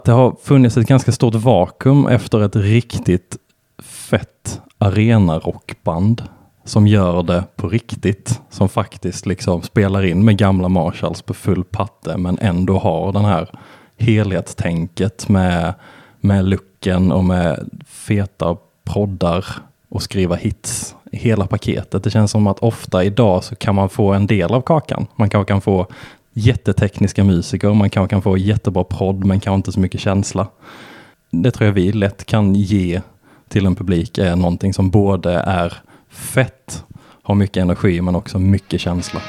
Det har funnits ett ganska stort vakuum efter ett riktigt fett arena-rockband som gör det på riktigt. Som faktiskt liksom spelar in med gamla Marshalls på full patte men ändå har den här helhetstänket med looken och med feta proddar och skriva hits. Hela paketet. Det känns som att ofta idag så kan man få en del av kakan. Man kanske kan få jättetekniska musiker, man kanske kan få jättebra prodd men kanske inte så mycket känsla. Det tror jag vi lätt kan ge till en publik är någonting som både är fett, har mycket energi men också mycket känsla.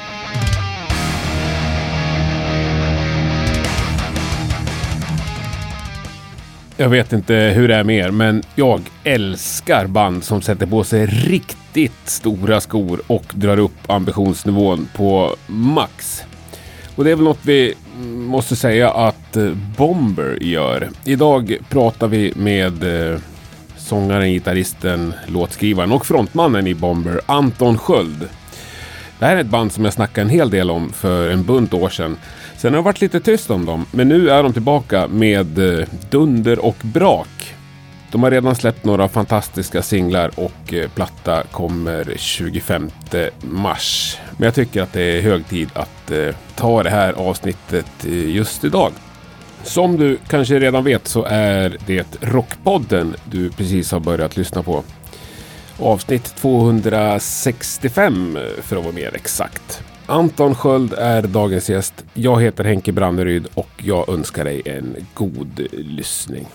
Jag vet inte hur det är med er, men jag älskar band som sätter på sig riktigt stora skor och drar upp ambitionsnivån på max. Och det är väl något vi måste säga att Bomber gör. Idag pratar vi med sångaren, gitarristen, låtskrivaren och frontmannen i Bomber, Anton Sköld. Det här är ett band som jag snackade en hel del om för en bunt år sedan. Sen har det varit lite tyst om dem, men nu är de tillbaka med dunder och brak. De har redan släppt några fantastiska singlar och platta kommer 25 mars. Men jag tycker att det är hög tid att ta det här avsnittet just idag. Som du kanske redan vet så är det Rockpodden du precis har börjat lyssna på. Avsnitt 265 för att vara mer exakt. Anton Sköld är dagens gäst. Jag heter Henke Branneryd och jag önskar dig en god lyssning.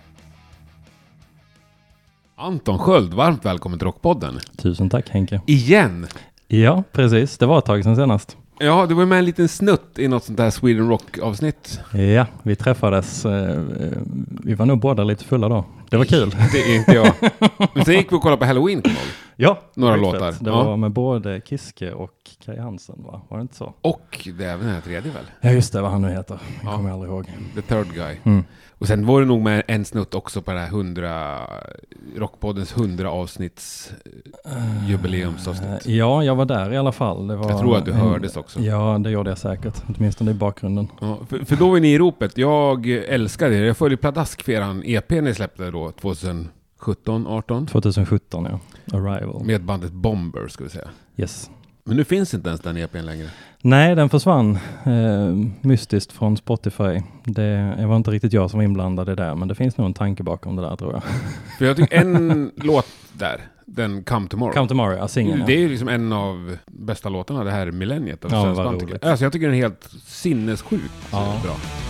Anton Sköld, varmt välkommen till Rockpodden. Tusen tack Henke. Igen? Ja, precis. Det var ett tag sedan senast. Ja, du var med en liten snutt i något sånt där Sweden Rock-avsnitt. Ja, vi träffades. Vi var nog båda lite fulla då. Det var kul. Det är inte jag. Men sen gick vi och kollade på Halloween. Ja, några låtar. Det var med både Kiske och Kai Hansen, va? Var det inte så? Och det är även den här tredje väl? Ja, just det, vad han nu heter. Jag kommer aldrig ihåg. The Third Guy. Mm. Och sen var det nog med en snutt också på det här Rockpoddens 100 avsnitts jubileumsavsnitt. Ja, jag var där i alla fall. Det var jag tror att du hördes också. Ja, det gjorde jag säkert. Åtminstone i bakgrunden. Ja, för då var ni i ropet. Jag älskar det. Jag följde pladask för eran EP ni släppte då 2017, 18? 2017, ja. Arrival. Med bandet Bomber, ska vi säga. Yes. Men nu finns inte ens den EPn längre. Nej, den försvann mystiskt från Spotify. Jag var inte riktigt jag som var inblandad i det, men det finns nog en tanke bakom det där, tror jag. För jag tycker en låt där, den Come Tomorrow. Come Tomorrow, ja, singeln. Det är ju liksom en av bästa låtarna det här millenniet. Ja, vad roligt. Alltså jag tycker den är helt sinnessjukt bra.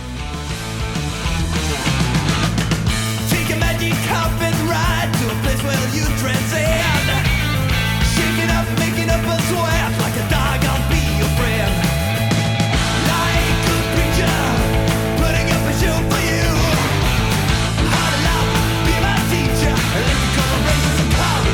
Take a magic cup and ride to a place where you transcend. Shaking up, making up a sweat like a dog, I'll be your friend. Like a preacher, putting up a show for you. How to love, be my teacher, and let you come and raise some power.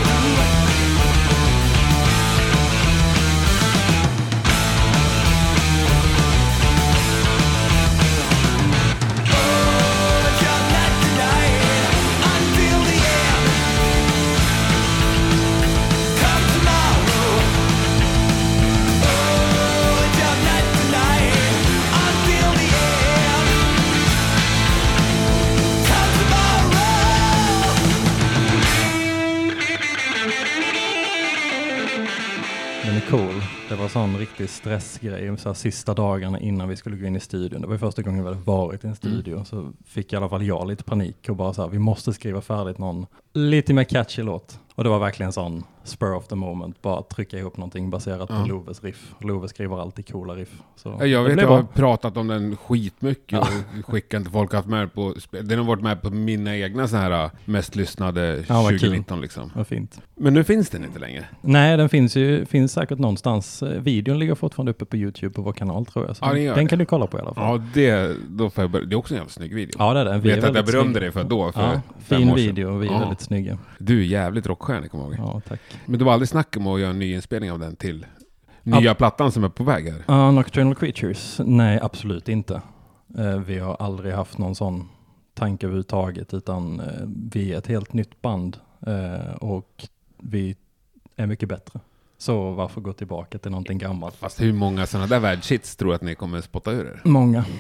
Den är cool. Det var sån riktig stressgrej så här, sista dagarna innan vi skulle gå in i studion. Det var första gången vi hade varit i en studio. Så fick i alla fall jag lite panik och bara så här, vi måste skriva färdigt någon lite mer catchy låt. Och det var verkligen sån spur of the moment. Bara trycka ihop någonting baserat på Loves riff. Love skriver alltid coola riff. Så jag vet, jag har pratat om den skitmycket och skickat till folk haft med på. Den har varit med på mina egna så här mest lyssnade 2019 liksom. Vad fint. Men nu finns den inte längre. Nej, den finns säkert någonstans. Videon ligger fortfarande uppe på YouTube på vår kanal, tror jag. Så den kan du kolla på i alla fall. Ja, det är också en jävligt snygg video. Ja, det är det. Jag vet att jag berömde dig för då. För fin video och vi är väldigt snygga. Du är jävligt rockstjärna, kommer jag ihåg. Ja, tack. Men du var aldrig snack om att göra en ny inspelning av den till nya plattan som är på väg här? Nocturnal Creatures? Nej, absolut inte. Vi har aldrig haft någon sån tanke överhuvudtaget, utan vi är ett helt nytt band och vi är mycket bättre. Så varför gå tillbaka till någonting gammalt? Fast hur många sådana där världshits tror att ni kommer spotta ur er? Många.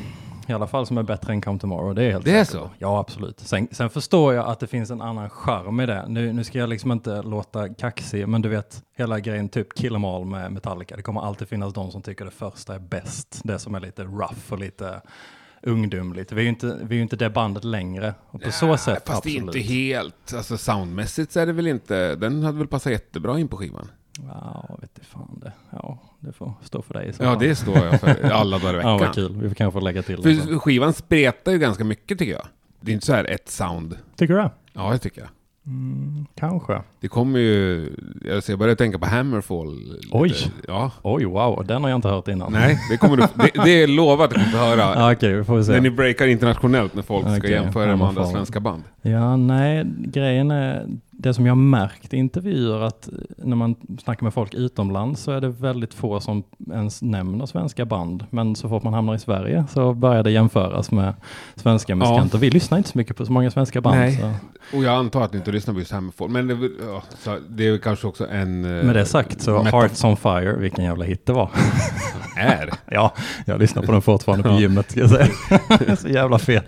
I alla fall som är bättre än Come Tomorrow. Det är helt Det är säkert. så? Ja, absolut. Sen förstår jag att det finns en annan charm i det. Nu ska jag liksom inte låta kaxig, men du vet, hela grejen typ Kill 'Em All med Metallica. Det kommer alltid finnas de som tycker det första är bäst. Det som är lite rough och lite ungdomligt. Vi är ju inte det bandet längre. Och på så sätt, fast absolut. det är inte helt, alltså soundmässigt så är det väl inte, den hade väl passat jättebra in på skivan. Ja, vet du fan det. Ja, det får stå för dig. Så Ja, det står jag för alla dagar i veckan. Ja, vad kul. Vi kan få lägga till det. För skivan spretar ju ganska mycket tycker jag. Det är inte så här ett sound. Tycker du det? Ja, det tycker jag. Kanske. Det kommer ju, jag börjar tänka på Hammerfall. Lite. Oj. Ja. Oj, wow. Den har jag inte hört innan. Nej, det kommer du, det är lovat att du kommer höra. Ja, okej, vi får se. När ni breakar internationellt när folk ska Okej, jämföra med andra Hammerfall. svenska band. Ja, nej, grejen är det som jag märkt i intervjuer att när man snackar med folk utomlands så är det väldigt få som ens nämner svenska band. Men så fort man hamnar i Sverige så börjar det jämföras med svenska musikanter. Vi lyssnar inte så mycket på så många svenska band. Nej. Så. Och jag antar att ni inte lyssnar på just Hammerfall. Men det är kanske också en... Med det sagt så Hearts on Fire, vilken jävla hit det var. är. Ja, jag lyssnar på den fortfarande på gymmet ska jag säga. Så jävla fet.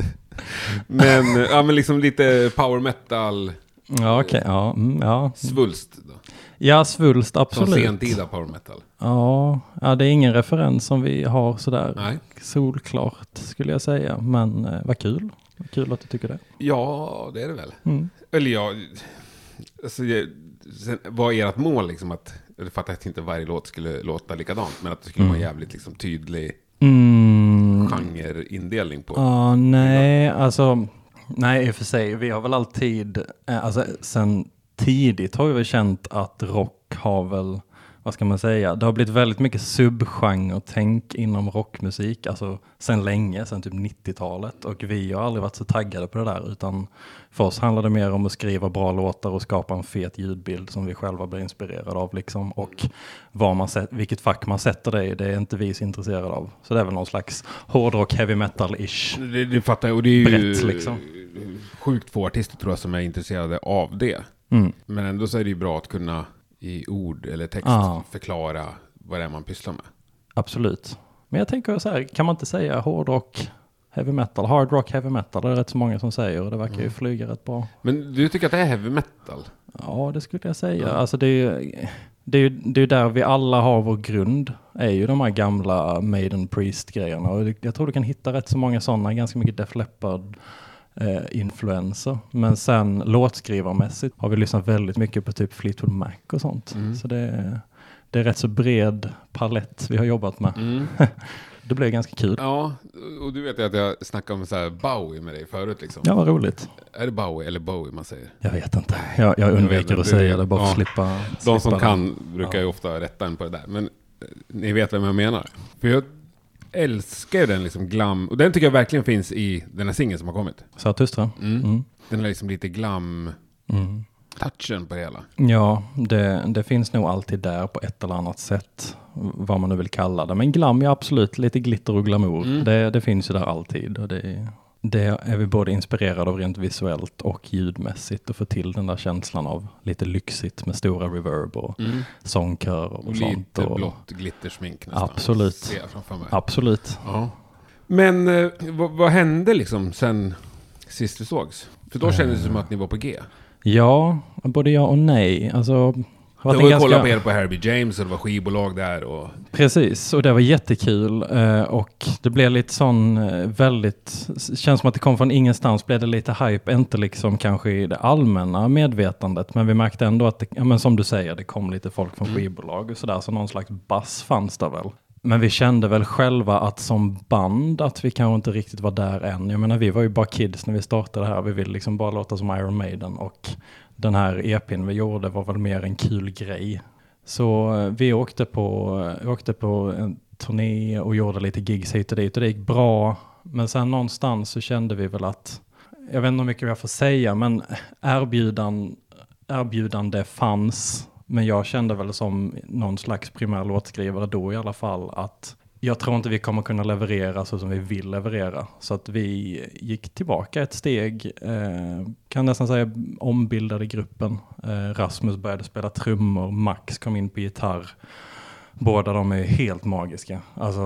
Men liksom lite power metal... Ja, okej. Ja, ja. Svulst då. Ja, svulst, absolut. Som sentida power metal. Ja, det är ingen referens som vi har sådär Nej. solklart skulle jag säga. Men vad kul. Vad kul att du tycker det. Ja, det är det väl. Eller ja, alltså, sen, vad är ert mål liksom? Jag fattar att inte varje låt skulle låta likadant, men att det skulle vara en jävligt liksom, tydlig genreindelning på. Nej, alltså... Nej, i och för sig. Vi har väl alltid... Alltså, sen tidigt har vi väl känt att rock har väl... Vad ska man säga? Det har blivit väldigt mycket subgenre-tänk inom rockmusik. Alltså sen länge, sen typ 90-talet. Och vi har aldrig varit så taggade på det där. Utan för oss handlar det mer om att skriva bra låtar och skapa en fet ljudbild som vi själva blir inspirerade av. Liksom. Och vilket fack man sätter det i, det är inte vi så intresserade av. Så det är väl någon slags hårdrock, heavy metal-ish. Det fattar jag. Och det är ju brett, liksom. Sjukt få artister tror jag som är intresserade av det. Men ändå så är det ju bra att kunna i ord eller text förklara vad det är man pysslar med. Absolut. Men jag tänker så här, kan man inte säga hårdrock, heavy metal, hard rock, heavy metal? Det är rätt så många som säger och det verkar ju flyga rätt bra. Men du tycker att det är heavy metal? Ja, det skulle jag säga. Alltså det är ju där vi alla har vår grund. Är ju de här gamla Maiden Priest-grejerna. Och jag tror du kan hitta rätt så många sådana, ganska mycket Def Leppard influenser. Men sen låtskrivarmässigt har vi lyssnat väldigt mycket på typ Fleetwood Mac och sånt. Så det är rätt så bred palett vi har jobbat med. Det blev ganska kul. Ja, och du vet att jag snackade om så här Bowie med dig förut liksom. Ja, vad roligt. Är det Bowie eller Bowie man säger? Jag vet inte. Jag undviker att säga det bara för att slippa. De som kan brukar ju ofta rätta en på det där. Men ni vet vem jag menar. För jag älskar den liksom glam. Och den tycker jag verkligen finns i den här singeln som har kommit. Zarathustra. Den är liksom lite glam touchen på det hela. Ja, det finns nog alltid där på ett eller annat sätt. Vad man nu vill kalla det. Men glam är absolut lite glitter och glamour. Det finns ju där alltid. Och det är vi både inspirerade av rent visuellt och ljudmässigt. Och få till den där känslan av lite lyxigt med stora reverb och sångkörer och sånt. Lite blått glittersmink nästan. Absolut. Ser jag framför mig. Absolut. Ja. Men vad hände liksom sen sist vi sågs? För då kändes det som att ni var på G. Ja, både ja och nej. Alltså, jag var kolla på er på Herbie James och det var skivbolag där. Och... Precis, och det var jättekul. Och det blev lite sån väldigt... Känns som att det kom från ingenstans. Blev det lite hype, inte liksom kanske i det allmänna medvetandet. Men vi märkte ändå att, men som du säger, det kom lite folk från skivbolag och sådär. Så någon slags bass fanns där väl. Men vi kände väl själva att som band att vi kanske inte riktigt var där än. Jag menar, vi var ju bara kids när vi startade det här. Vi ville liksom bara låta som Iron Maiden. Och den här EP:n vi gjorde var väl mer en kul grej. Så vi åkte på en turné och gjorde lite gigs hit och dit. Och det gick bra. Men sen någonstans så kände vi väl att, jag vet inte hur mycket jag får säga, men erbjudande fanns. Men jag kände väl som någon slags primär låtskrivare då i alla fall att jag tror inte vi kommer kunna leverera så som vi vill leverera. Så att vi gick tillbaka ett steg, kan nästan säga ombildade gruppen. Rasmus började spela trummor, Max kom in på gitarr. Båda de är helt magiska. Alltså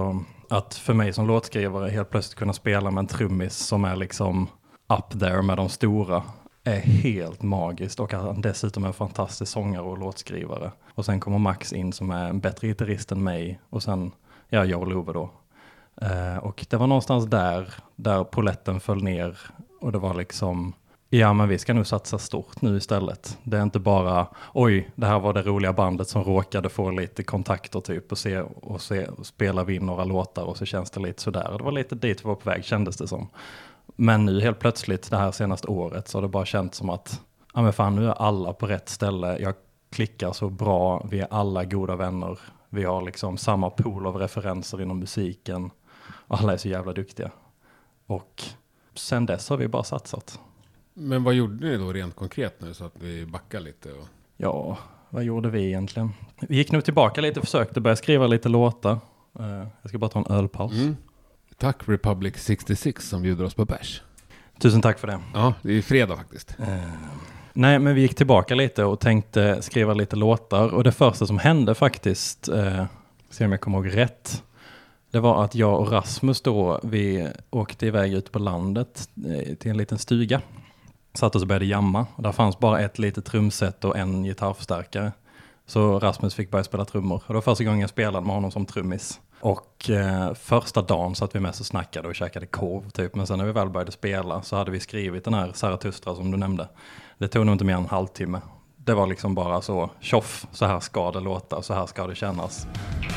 Att för mig som låtskrivare helt plötsligt kunna spela med en trummis som är liksom up there med de stora är helt magiskt, och han dessutom är en fantastisk sångare och låtskrivare. Och sen kommer Max in som är en bättre gitarrist än mig, och sen Joel Ove då. Och det var någonstans där poletten föll ner, och det var liksom, ja men vi ska nu satsa stort nu istället. Det är inte bara, oj, det här var det roliga bandet som råkade få lite kontakter typ och spela vi några låtar och så känns det lite sådär. Det var lite dit vi var på väg, kändes det som. Men nu helt plötsligt det här senaste året så har det bara känts som att, ja men fan, nu är alla på rätt ställe. Jag klickar så bra, vi är alla goda vänner. Vi har liksom samma pool av referenser inom musiken. Och alla är så jävla duktiga. Och sen dess har vi bara satsat. Men vad gjorde ni då rent konkret nu så att vi backar lite? Ja, vad gjorde vi egentligen? Vi gick nog tillbaka lite och försökte börja skriva lite låtar. Jag ska bara ta en ölpaus. Tack Republic 66 som bjuder oss på bärs. Tusen tack för det. Ja, det är fredag faktiskt. Nej, men vi gick tillbaka lite och tänkte skriva lite låtar. Och det första som hände faktiskt, se om jag kommer ihåg rätt, det var att jag och Rasmus då, vi åkte iväg ut på landet till en liten stuga. Satt oss och började jamma. Och där fanns bara ett litet trumset och en gitarrförstärkare. Så Rasmus fick börja spela trummor. Och det var första gången jag spelade med honom som trummis. Och första dagen satt vi med och snackade och käkade korv typ. Men sen när vi väl började spela så hade vi skrivit den här Zarathustra som du nämnde. Det tog nog inte mer än en halvtimme. Det var liksom bara så, tjoff, så här ska det låta, så här ska det kännas.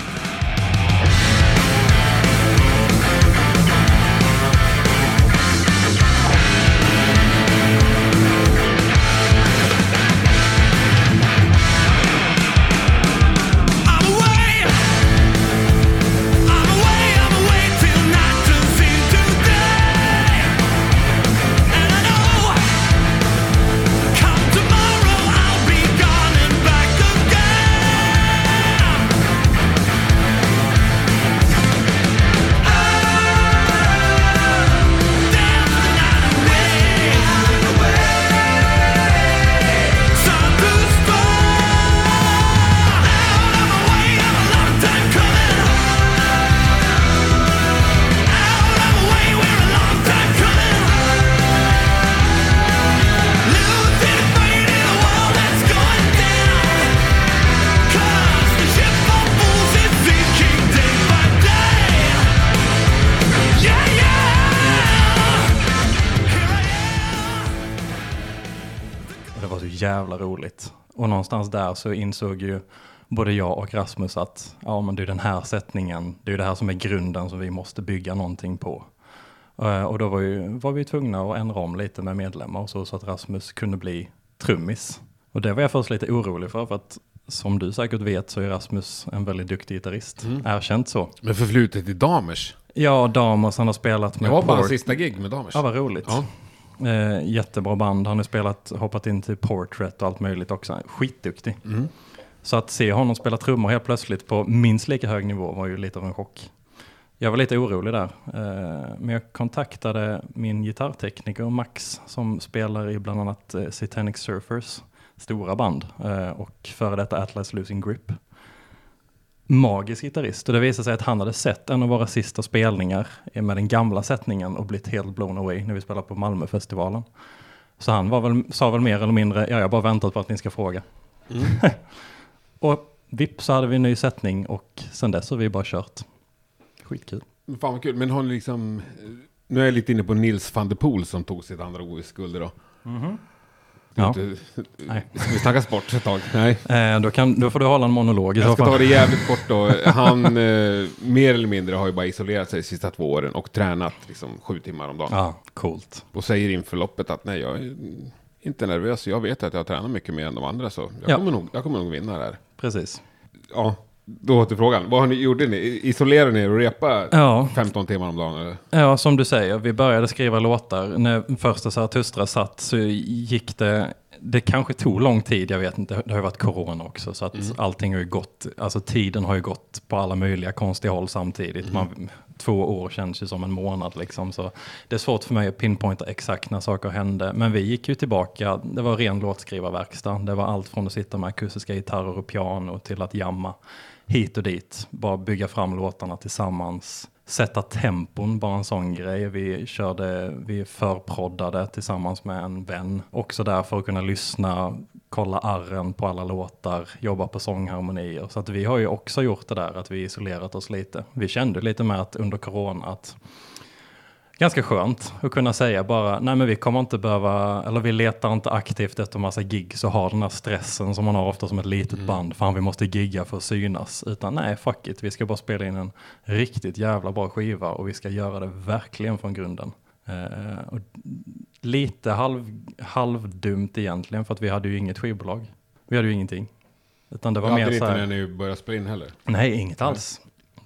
Jävla roligt. Och någonstans där så insåg ju både jag och Rasmus att ja, men det är den här sättningen, det är det här som är grunden som vi måste bygga någonting på. Och då var vi tvungna att ändra om lite med medlemmar och så att Rasmus kunde bli trummis. Och det var jag först lite orolig för att som du säkert vet så är Rasmus en väldigt duktig gitarrist. Erkänt så. Men förflutet i Damers? Ja, Damers, han har spelat med Jag var på hans sista gig med Damers. Ja, vad roligt. Ja. Jättebra band. Han har hoppat in till Portrait och allt möjligt också. Skitduktig. Så att se honom spela trummor helt plötsligt på minst lika hög nivå var ju lite av en chock. Jag var lite orolig där. Men jag kontaktade min gitarrtekniker Max som spelar i bland annat Satanic Surfers stora band och före detta Atlas Losing Grip. Magisk gitarrist. Och det visade sig att han hade sett en av våra sista spelningar med den gamla sättningen och blivit helt blown away när vi spelade på Malmöfestivalen. Så han sa väl mer eller mindre, jag har bara väntat på att ni ska fråga. Och vipp så hade vi en ny sättning och sen dess har vi bara kört. Skitkul. Fan vad kul. Men har ni liksom, nu är jag lite inne på Nils van der Poel som tog sitt andra OS-guld då. Ja. Ska vi snacka sport ett tag? Nej. Då får du hålla en monolog i Jag så ska fall. ta det jävligt kort då. Han mer eller mindre har ju bara isolerat sig de sista 2 åren och tränat liksom 7 timmar om dagen. Ja, coolt. Och säger inför loppet att nej, jag är inte nervös. Jag vet att jag tränar mycket mer än de andra så jag kommer nog vinna det här. Precis. Ja, då till frågan. Vad gjorde ni? Isolerade ni och repa 15 timmar om dagen? Eller? Ja, som du säger. Vi började skriva låtar. När första Zarathustra satt så gick det kanske tog lång tid, jag vet inte. Det har ju varit corona också så att allting har ju gått, alltså tiden har ju gått på alla möjliga konstiga håll samtidigt. 2 år känns ju som en månad liksom. Så det är svårt för mig att pinpointa exakt när saker hände. Men vi gick ju tillbaka, det var ren låtskrivarverkstad. Det var allt från att sitta med akustiska gitarrer och piano till att jamma hit och dit. Bara bygga fram låtarna tillsammans. sätta tempon, bara en sån grej. Vi förproddade tillsammans med en vän. Också där för att kunna lyssna, kolla arren på alla låtar, jobba på sångharmonier. Så att vi har ju också gjort det där att vi isolerat oss lite. Vi kände lite med att under corona att ganska skönt att kunna säga bara, nej men vi kommer inte behöva, eller vi letar inte aktivt efter massa gig så har den här stressen som man har ofta som ett litet band, fan vi måste gigga för att synas, utan nej fuck it, vi ska bara spela in en riktigt jävla bra skiva och vi ska göra det verkligen från grunden. Och lite halvdumt egentligen för att vi hade ju inget skivbolag, vi hade ju ingenting. Utan det var mer så här, när ni började spela in heller? Nej, inget alls.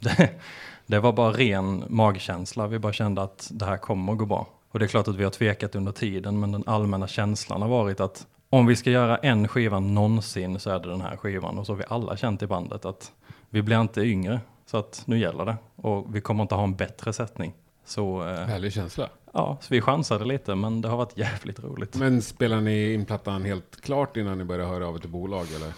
Det var bara ren magkänsla. Vi bara kände att det här kommer att gå bra. Och det är klart att vi har tvekat under tiden. Men den allmänna känslan har varit att om vi ska göra en skiva någonsin så är det den här skivan. Och så har vi alla känt i bandet att vi blir inte yngre. Så att nu gäller det. Och vi kommer inte ha en bättre sättning. Så, härlig känsla. Ja, så vi chansade lite men det har varit jävligt roligt. Men spelar ni in plattan helt klart innan ni börjar höra av ett bolag eller?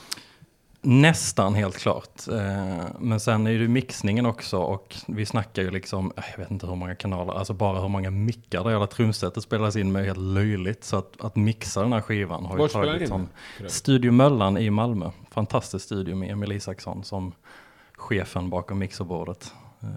Nästan helt klart. Men sen är det mixningen också och vi snackar ju liksom, jag vet inte hur många kanaler, alltså bara hur många mickar där hela trumsetet spelas in med helt löjligt. Så att mixa den här skivan har ju tagit som Studio Möllan i Malmö. Fantastisk studio med Emil Isaksson som chefen bakom mixerbordet.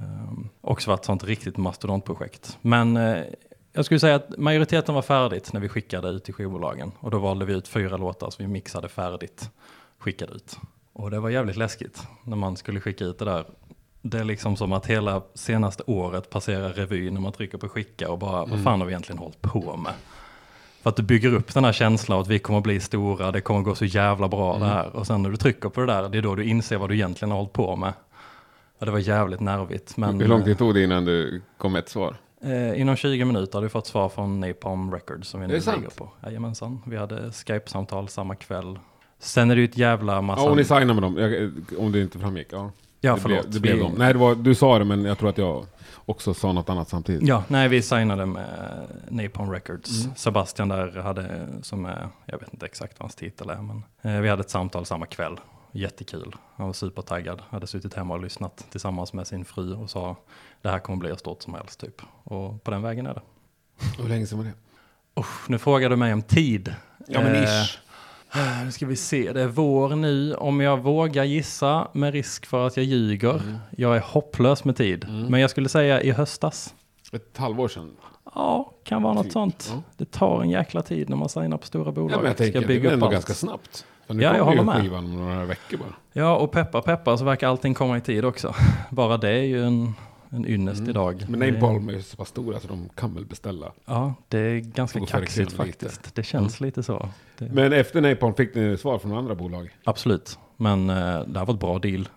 Också varit ett sånt riktigt mastodontprojekt. Men jag skulle säga att majoriteten var färdigt när vi skickade ut till skivbolagen. Och då valde vi ut 4 låtar som vi mixade färdigt, skickade ut. Och det var jävligt läskigt när man skulle skicka ut det där. Det är liksom som att hela senaste året passerar revy när man trycker på skicka och bara, vad fan har vi egentligen hållit på med? För att du bygger upp den här känslan att vi kommer att bli stora, det kommer att gå så jävla bra det här. Och sen när du trycker på det där, det är då du inser vad du egentligen har hållit på med. Och det var jävligt nervigt. Men, hur lång tid tog det innan du kom ett svar? Inom 20 minuter hade vi fått svar från Napalm Records som vi nu ligger på. Jajamensan, vi hade Skype-samtal samma kväll. Sen är det ju ett jävla massa... Ja, och ni signade med dem, om det inte framgick. Ja, ja förlåt. Det blev dem. Nej, du sa det, men jag tror att jag också sa något annat samtidigt. Ja, nej, vi signade med Napalm Records. Sebastian där hade, som är, jag vet inte exakt vad hans titel är, men vi hade ett samtal samma kväll. Jättekul. Han var supertaggad. Hade suttit hemma och lyssnat tillsammans med sin fru och sa, det här kommer bli så stort som helst typ. Och på den vägen är det. Hur länge sedan var det? Nu frågar du mig om tid. Ja, men ish. Nu ska vi se, det är vår nu. Om jag vågar gissa med risk för att jag ljuger. Jag är hopplös med tid. Men jag skulle säga i höstas. Ett halvår sedan? Ja, kan vara något sånt. Ja. Det tar en jäkla tid när man signar på stora bolag. Ja, men jag tänker att det är ändå ganska snabbt. Ja, jag håller med. Skivan om några veckor bara. Ja, och peppar så verkar allting komma i tid också. Bara det är ju en ynnest idag. Men Napalm är så pass stora så de kan väl beställa. Ja, det är ganska kaxigt faktiskt. Det känns lite så. Men efter Napalm fick ni svar från andra bolag? Absolut, men det här var ett bra deal.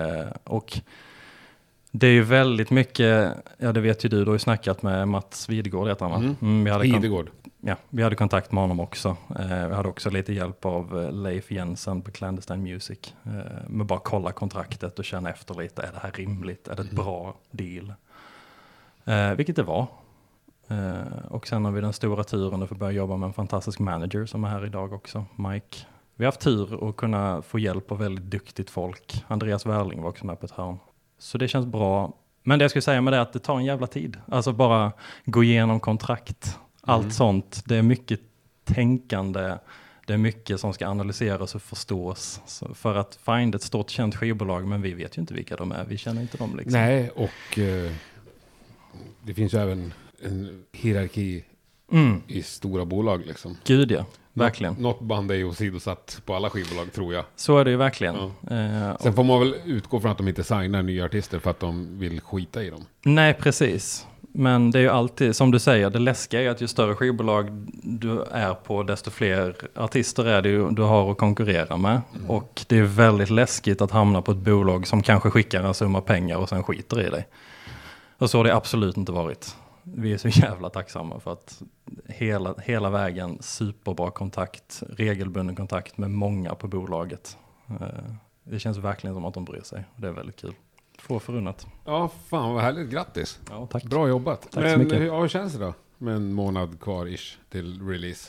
Och det är ju väldigt mycket, ja det vet ju du har ju snackat med Mats Widgård heter han va? Widgård. Ja, vi hade kontakt med honom också. Vi hade också lite hjälp av Leif Jensen på Clandestine Music. Med bara kolla kontraktet och känna efter lite. Är det här rimligt? Är det ett bra deal? Vilket det var. Och sen har vi den stora turen att få börja jobba med en fantastisk manager som är här idag också. Mike. Vi har haft tur att kunna få hjälp av väldigt duktigt folk. Andreas Wärling var också med på ett hörn. Så det känns bra. Men det jag skulle säga med det är att det tar en jävla tid. Alltså bara gå igenom kontrakt. Allt sånt, det är mycket tänkande, det är mycket som ska analyseras och förstås. Så för att find ett stort känt skivbolag, men vi vet ju inte vilka de är, vi känner inte dem liksom. Nej, och det finns ju även en hierarki i stora bolag liksom. Gud ja, verkligen. Något band är ju åsidosatt på alla skivbolag tror jag. Så är det ju verkligen. Ja. Sen får man väl utgå från att de inte signar nya artister för att de vill skita i dem. Nej, precis. Men det är ju alltid, som du säger, det läskiga är att ju större skivbolag du är på, desto fler artister är det ju du har att konkurrera med. Och det är väldigt läskigt att hamna på ett bolag som kanske skickar en summa pengar och sen skiter i dig. Och så har det absolut inte varit. Vi är så jävla tacksamma för att hela vägen superbra kontakt, regelbunden kontakt med många på bolaget. Det känns verkligen som att de bryr sig. Det är väldigt kul. Få förunnat. Ja, fan vad härligt. Grattis. Ja, tack. Bra jobbat. Tack så mycket. Hur känns det då? Med en månad kvar-ish till release.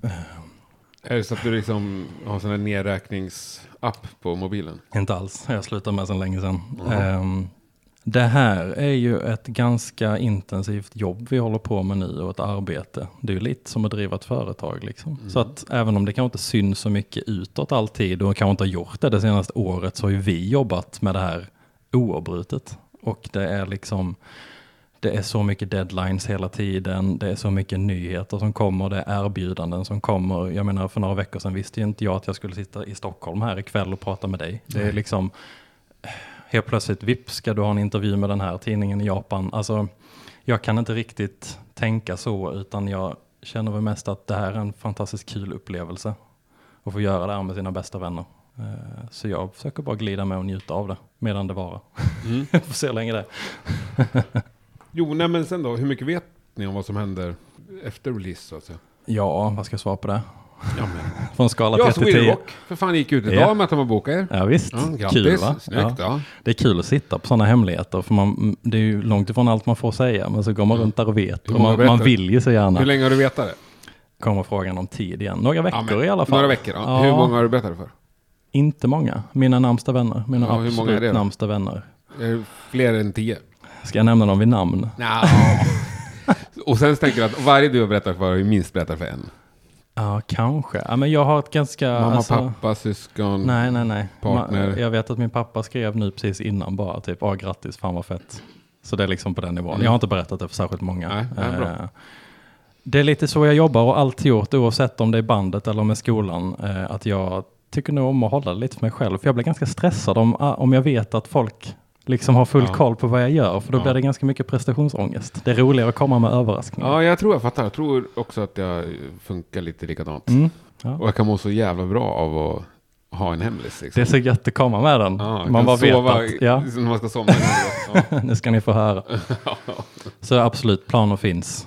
Är det så att du liksom har en sån här nedräkningsapp på mobilen? Inte alls. Jag slutade med sedan länge sedan. Det här är ju ett ganska intensivt jobb vi håller på med nu och ett arbete. Det är ju lite som att driva ett företag liksom. Så att även om det kanske inte syns så mycket utåt alltid och kanske inte har gjort det senaste året, så har ju vi jobbat med det här oavbrutet. Och det är liksom, det är så mycket deadlines hela tiden, det är så mycket nyheter som kommer, det är erbjudanden som kommer. Jag menar, för några veckor sedan visste ju inte jag att jag skulle sitta i Stockholm här ikväll och prata med dig. Det är liksom, helt plötsligt, vips, ska du ha en intervju med den här tidningen i Japan. Alltså, jag kan inte riktigt tänka så, utan jag känner väl mest att det här är en fantastiskt kul upplevelse. Att få göra det här med sina bästa vänner. Så jag försöker bara glida med och njuta av det medan det varar. Jag får se hur länge det är. Jo, nej, men sen då, hur mycket vet ni om vad som händer efter release så att säga? Ja, vad ska jag svara på det? Ja, men. Från skala Ja, 3 till 10. Sweden Rock. För fan gick ut idag med att de har bokat er. Ja visst, Ja, kul va? Snyggt, ja. Det är kul att sitta på sådana hemligheter, för det är ju långt ifrån allt man får säga, men så går man runt där och vet. Och man vill ju så gärna. Hur länge har du vetat det? Kommer frågan om tid igen. Några veckor i alla fall. Några veckor, ja. Hur många har du berättat för? Inte många. Mina närmsta vänner. Mina hur många är absolut det närmsta vänner. Är det fler än 10? Ska jag nämna dem vid namn? Nja. Och sen tänker jag att varje du har berättat för har ju minst berättat för en. Ja, kanske. Ja, men jag har ett ganska... Mamma, pappa, syskon, nej. partner. Jag vet att min pappa skrev nu precis innan bara typ, grattis, fan vad fett. Så det är liksom på den nivån. Jag har inte berättat det för särskilt många. Nej, bra. Det är lite så jag jobbar och alltid gjort, oavsett om det är bandet eller med skolan, att jag tycker nog om att hålla det lite för mig själv. För jag blir ganska stressad om jag vet att folk liksom har full koll på vad jag gör. För då blir det ganska mycket prestationsångest. Det är roligare att komma med överraskningar. Ja, jag tror jag fattar. Jag tror också att jag funkar lite likadant. Ja. Och jag kan må så jävla bra av att ha en hemlis. Liksom. Det är så gött att komma med den. Ja, man bara sova, vet att... när man ska somna. Ja. Nu ska ni få höra. Så absolut, planer finns.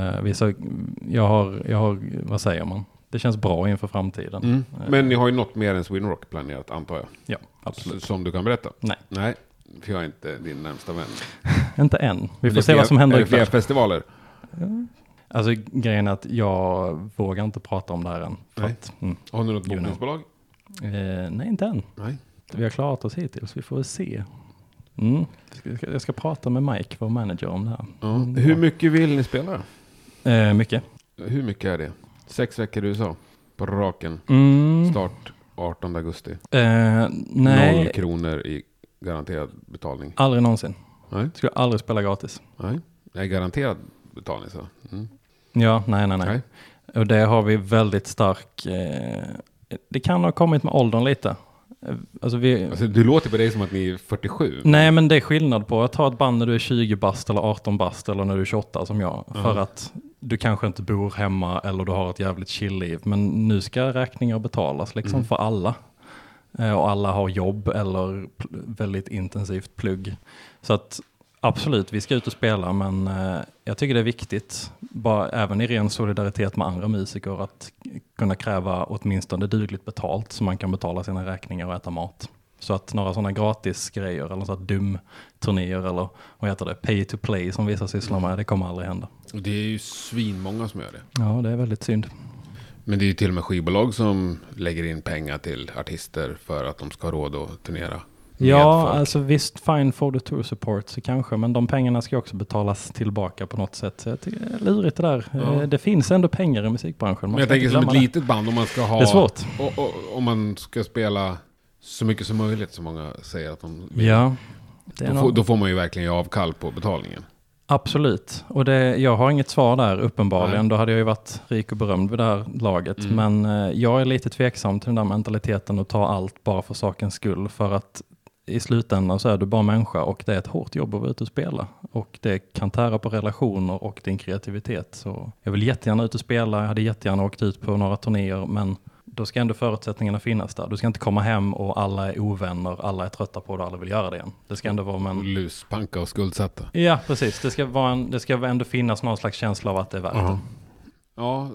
Jag har, vad säger man? Det känns bra inför framtiden. Men ni har ju något mer än Sweden Rock planerat, antar jag. Ja, absolut. Som du kan berätta? Nej, för jag är inte din närmsta vän. inte än. Vi får se vad som händer ikväll. Fler festivaler? Alltså grejen är att jag vågar inte prata om det här än. Har du något bokningsbolag? Nej, inte än. Nej. Vi har klarat oss hittills, vi får väl se. Jag ska prata med Mike, vår manager, om det här. Hur mycket vill ni spela då? Mycket. Hur mycket är det? 6 veckor i USA på raken. Start 18 augusti. Nej. 0 kronor i garanterad betalning. Aldrig någonsin. Nej. Skulle aldrig spela gratis. Nej. Det är garanterad betalning så. Ja, nej. Och det har vi väldigt stark... det kan ha kommit med åldern lite. Alltså du låter på dig som att ni är 47. Nej, men det är skillnad på att ta ett band när du är 20 bast eller 18 bast eller när du är 28 som jag. För att du kanske inte bor hemma eller du har ett jävligt chill-liv. Men nu ska räkningar betalas liksom för alla. Och alla har jobb eller väldigt intensivt plugg. Så att absolut, vi ska ut och spela, men jag tycker det är viktigt, bara även i ren solidaritet med andra musiker, att kunna kräva åtminstone dugligt betalt så man kan betala sina räkningar och äta mat. Så att några sådana gratis grejer eller så att turnéer eller vad heter det, pay to play som vissa sysslar med, det kommer aldrig hända. Och det är ju svinmånga som gör det. Ja, det är väldigt synd. Men det är ju till och med skivbolag som lägger in pengar till artister för att de ska ha råd att turnera. Ja, alltså visst, fine for the tour support så kanske, men de pengarna ska också betalas tillbaka på något sätt. Så jag tycker det är lurigt det där. Ja. Det finns ändå pengar i musikbranschen. Men jag tänker som ett litet band, om man ska ha... Det är svårt. Och om man ska spela så mycket som möjligt, som många säger att de vill. Ja. Då får man ju verkligen ge avkall på betalningen. Absolut. Och jag har inget svar där uppenbarligen. Nej. Då hade jag ju varit rik och berömd vid det här laget. Men jag är lite tveksam till den där mentaliteten att ta allt bara för sakens skull. För att i slutändan så är du bara människa och det är ett hårt jobb att vara ute och spela. Och det kan tära på relationer och din kreativitet. Så jag vill jättegärna ut och spela. Jag hade jättegärna åkt ut på några turnéer, men då ska ändå förutsättningarna finnas där. Du ska inte komma hem och alla är ovänner, alla är trötta på det och alla vill göra det igen. Det ska ändå vara luspanka och skuldsatta. Ja, precis. Det ska ändå finnas någon slags känsla av att det är värt det. Ja,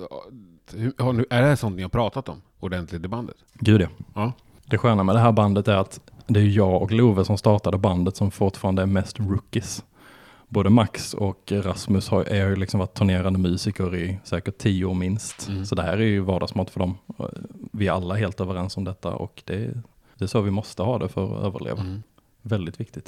är det här sånt ni har pratat om ordentligt i bandet? Gud ja. Det sköna med det här bandet är att det är jag och Love som startade bandet som fortfarande är mest rookies. Både Max och Rasmus är ju liksom varit turnerande musiker i säkert 10 år minst. Så det här är ju vardagsmat för dem. Vi är alla helt överens om detta och det är så vi måste ha det för att överleva. Väldigt viktigt.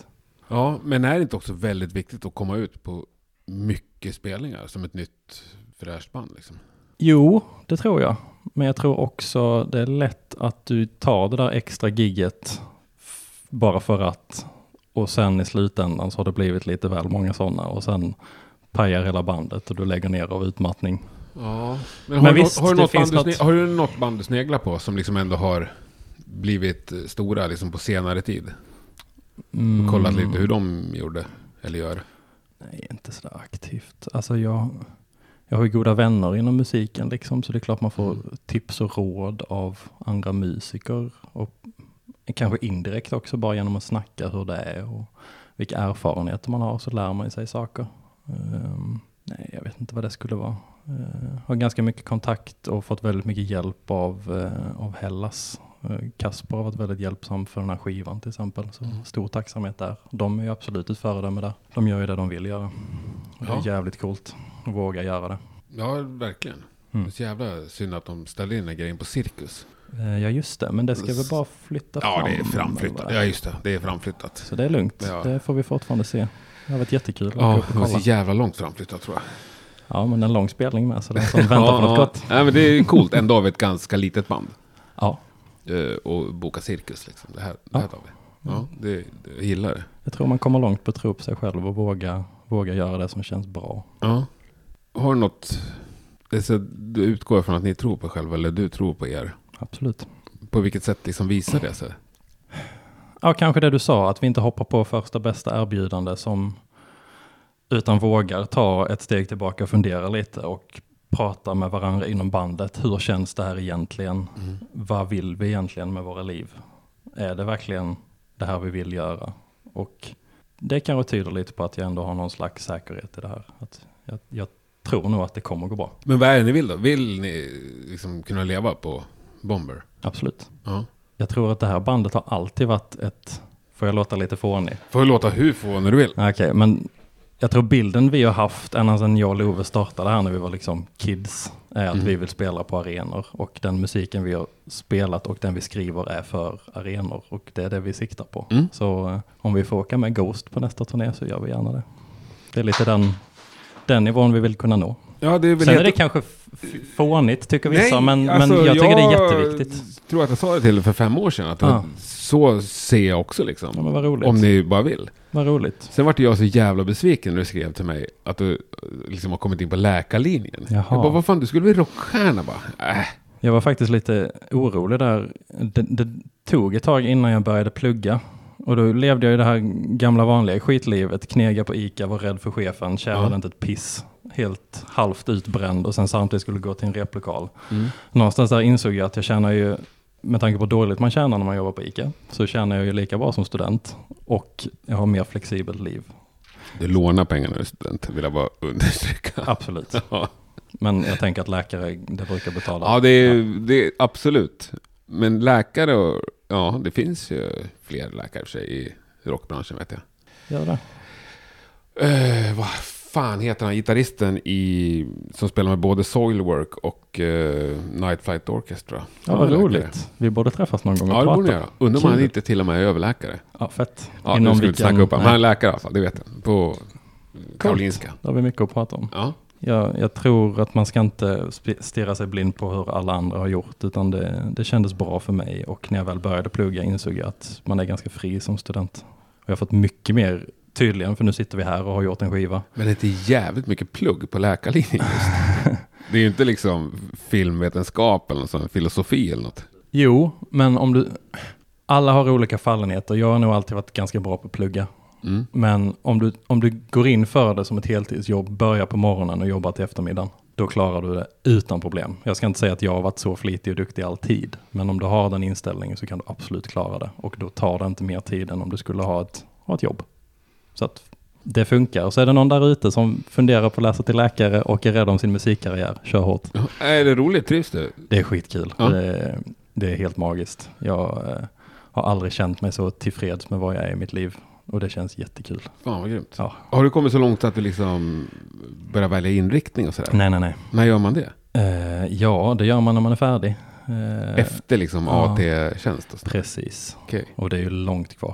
Ja, men är det inte också väldigt viktigt att komma ut på mycket spelningar som ett nytt fräscht band liksom? Jo, det tror jag. Men jag tror också det är lätt att du tar det där extra gigget bara för att, och sen i slutändan så har det blivit lite väl många sådana och sen pajar hela bandet och du lägger ner av utmattning. Ja, Men har du något band du sneglar på som liksom ändå har blivit stora liksom på senare tid? Och kollat lite hur de gjorde eller gör? Nej, inte så där aktivt. Alltså jag har ju goda vänner inom musiken liksom, så det är klart man får tips och råd av andra musiker och kanske indirekt också bara genom att snacka hur det är och vilka erfarenheter man har, så lär man sig saker. Nej, jag vet inte vad det skulle vara. Har ganska mycket kontakt och fått väldigt mycket hjälp av Hellas. Kasper har varit väldigt hjälpsam för den här skivan till exempel. Så stor tacksamhet där. De är ju absolut ett föredöme där. De gör ju det de vill göra. Och det är jävligt coolt att våga göra det. Ja, verkligen. Det är så jävla synd att de ställer in den grejen på Cirkus. Ja, just det. Men det ska väl bara flytta fram? Ja, det är framflyttat. Ja, just det. Det är framflyttat. Så det är lugnt. Ja. Det får vi fortfarande se. Det har varit jättekul. Ja, det var så jävla långt framflyttat tror jag. Ja, men en lång spelning med. Så det är som väntar på något gott. Nej, men det är coolt. Ändå har vi ett ganska litet band. Ja. Och boka Cirkus liksom. Det här tar vi. Ja, jag gillar det. Jag tror man kommer långt på att tro på sig själv och våga göra det som känns bra. Ja. Har du något... Så du utgår från att ni tror på själva eller du tror på er? Absolut. På vilket sätt liksom visar det sig? Ja, kanske det du sa. Att vi inte hoppar på första bästa erbjudande utan vågar ta ett steg tillbaka och fundera lite och prata med varandra inom bandet. Hur känns det här egentligen? Vad vill vi egentligen med våra liv? Är det verkligen det här vi vill göra? Och det kanske tyder lite på att jag ändå har någon slags säkerhet i det här. Att jag tror nog att det kommer gå bra. Men vad är det ni vill då? Vill ni liksom kunna leva på Bomber? Absolut. Ja. Jag tror att det här bandet har alltid varit ett... Får jag låta lite fånig? Får jag låta hur få när du vill? Okej, men jag tror bilden vi har haft ända sedan jag och Love startade här när vi var liksom kids är att vi vill spela på arenor. Och den musiken vi har spelat och den vi skriver är för arenor. Och det är det vi siktar på. Så om vi får åka med Ghost på nästa turné så gör vi gärna det. Det är lite den nivån vi vill kunna nå. Ja, det är väl sen är det kanske fånigt tycker vissa, men jag tycker det är jätteviktigt. Jag tror att jag sa det till för 5 år sedan. Att så ser jag också liksom. Ja, men vad roligt. Om ni bara vill. Vad roligt. Sen var jag så jävla besviken när du skrev till mig att du liksom har kommit in på läkarlinjen. Jaha. Jag bara, vad fan, du skulle bli rockstjärna bara. Jag var faktiskt lite orolig där. Det tog ett tag innan jag började plugga. Och då levde jag i det här gamla vanliga skitlivet. Knega på ICA, var rädd för chefen, tjänade inte ett piss. Helt halvt utbränd och sen samtidigt skulle gå till en replokal. Någonstans där insåg jag att jag tjänar ju, med tanke på dåligt man tjänar när man jobbar på ICA, så tjänar jag ju lika bra som student. Och jag har mer flexibelt liv. Du lånar pengar när du är student, vill jag bara understryka. Absolut. Ja. Men jag tänker att läkare, det brukar betala. Ja, det är absolut. Men läkare, ja, det finns ju fler läkare för sig i rockbranschen, vet jag. Gör det. Vad fan heter han? Gitarristen som spelar med både Soilwork och Night Flight Orchestra. Ja, vad roligt. Vi borde träffas någon gång och prata. Ja, det borde jag. Undrar om han inte till och med är överläkare. Ja, fett. Ja, nu ska vi snacka upp. Han är läkare i alla fall, det vet jag. På Karolinska. Det har vi mycket att prata om. Ja. Jag tror att man ska inte stirra sig blind på hur alla andra har gjort, utan det kändes bra för mig. Och när jag väl började plugga insåg jag att man är ganska fri som student. Och jag har fått mycket mer tydligen, för nu sitter vi här och har gjort en skiva. Men det är jävligt mycket plugg på läkarlinjen just. Det är ju inte liksom filmvetenskap eller någon sån filosofi eller något. Jo, men alla har olika fallenheter. Jag har nog alltid varit ganska bra på att plugga. Men om du går in för det som ett heltidsjobb, börjar på morgonen och jobbar till eftermiddagen, då klarar du det utan problem. Jag ska inte säga att jag har varit så flitig och duktig alltid, men om du har den inställningen så kan du absolut klara det. Och då tar det inte mer tid än om du skulle ha ett jobb. Så att det funkar. Och så är det någon där ute som funderar på att läsa till läkare och är rädd om sin musikkarriär. Kör hårt. Är det roligt? Trivs du? Det är skitkul. Ja. Det är helt magiskt. Jag har aldrig känt mig så tillfreds med vad jag är i mitt liv. Och det känns jättekul. Fan vad grymt. Ja. Har du kommit så långt att du liksom börjar välja inriktning och sådär? Nej. När gör man det? Ja, det gör man när man är färdig. Efter liksom AT-tjänst och sådär? Precis. Okay. Och det är ju långt kvar.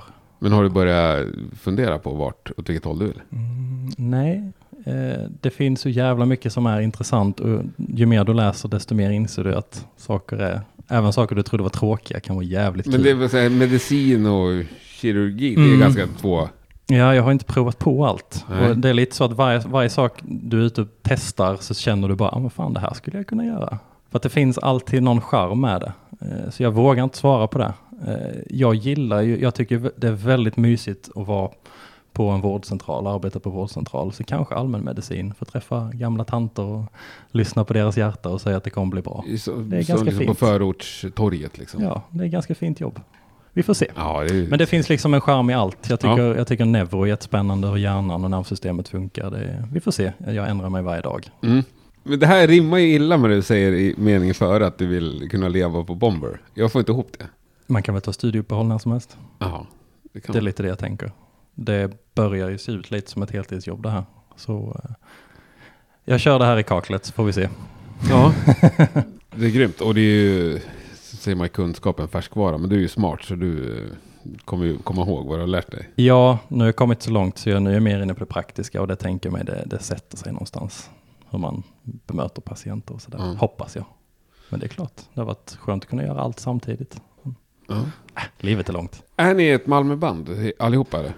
Men har du börjat fundera på åt vilket håll du vill? Nej, det finns så jävla mycket som är intressant och ju mer du läser desto mer inser du att även saker du trodde var tråkiga kan vara jävligt kul. Men det vill säga medicin och kirurgi, det är ganska två... Ja, jag har inte provat på allt. Nej. Och det är lite så att varje sak du är ute och testar så känner du bara, men fan det här skulle jag kunna göra. För att det finns alltid någon charm med det. Så jag vågar inte svara på det. Jag tycker det är väldigt mysigt att vara på en vårdcentral, arbeta på vårdcentral. Så kanske allmänmedicin, för att träffa gamla tanter och lyssna på deras hjärta och säga att det kommer bli bra. Det är ganska liksom fint. På förortstorget liksom. Ja, det är ganska fint jobb. Vi får se. Ja, Men det finns liksom en charm i allt. Jag tycker neuro är jättespännande och hjärnan och nervsystemet funkar. Vi får se. Jag ändrar mig varje dag. Mm. Men det här rimmar ju illa med det du säger i meningen före att du vill kunna leva på Bomber. Jag får inte ihop det. Man kan väl ta studieuppehåll när som helst. Ja, Det är lite det jag tänker. Det börjar ju se ut lite som ett heltidsjobb det här. Så jag kör det här i kaklet så får vi se. Ja, det är grymt. Och det är ju, säger man, kunskapen färskvara. Men du är ju smart så du kommer ju komma ihåg vad du har lärt dig. Ja, nu har jag kommit så långt så nu är jag mer inne på det praktiska. Och det tänker mig, det sätter sig någonstans. Hur man bemöter patienter och sådär. Hoppas jag. Men det är klart, det har varit skönt att kunna göra allt samtidigt. Livet är långt. Är ni ett Malmöband allihopa eller?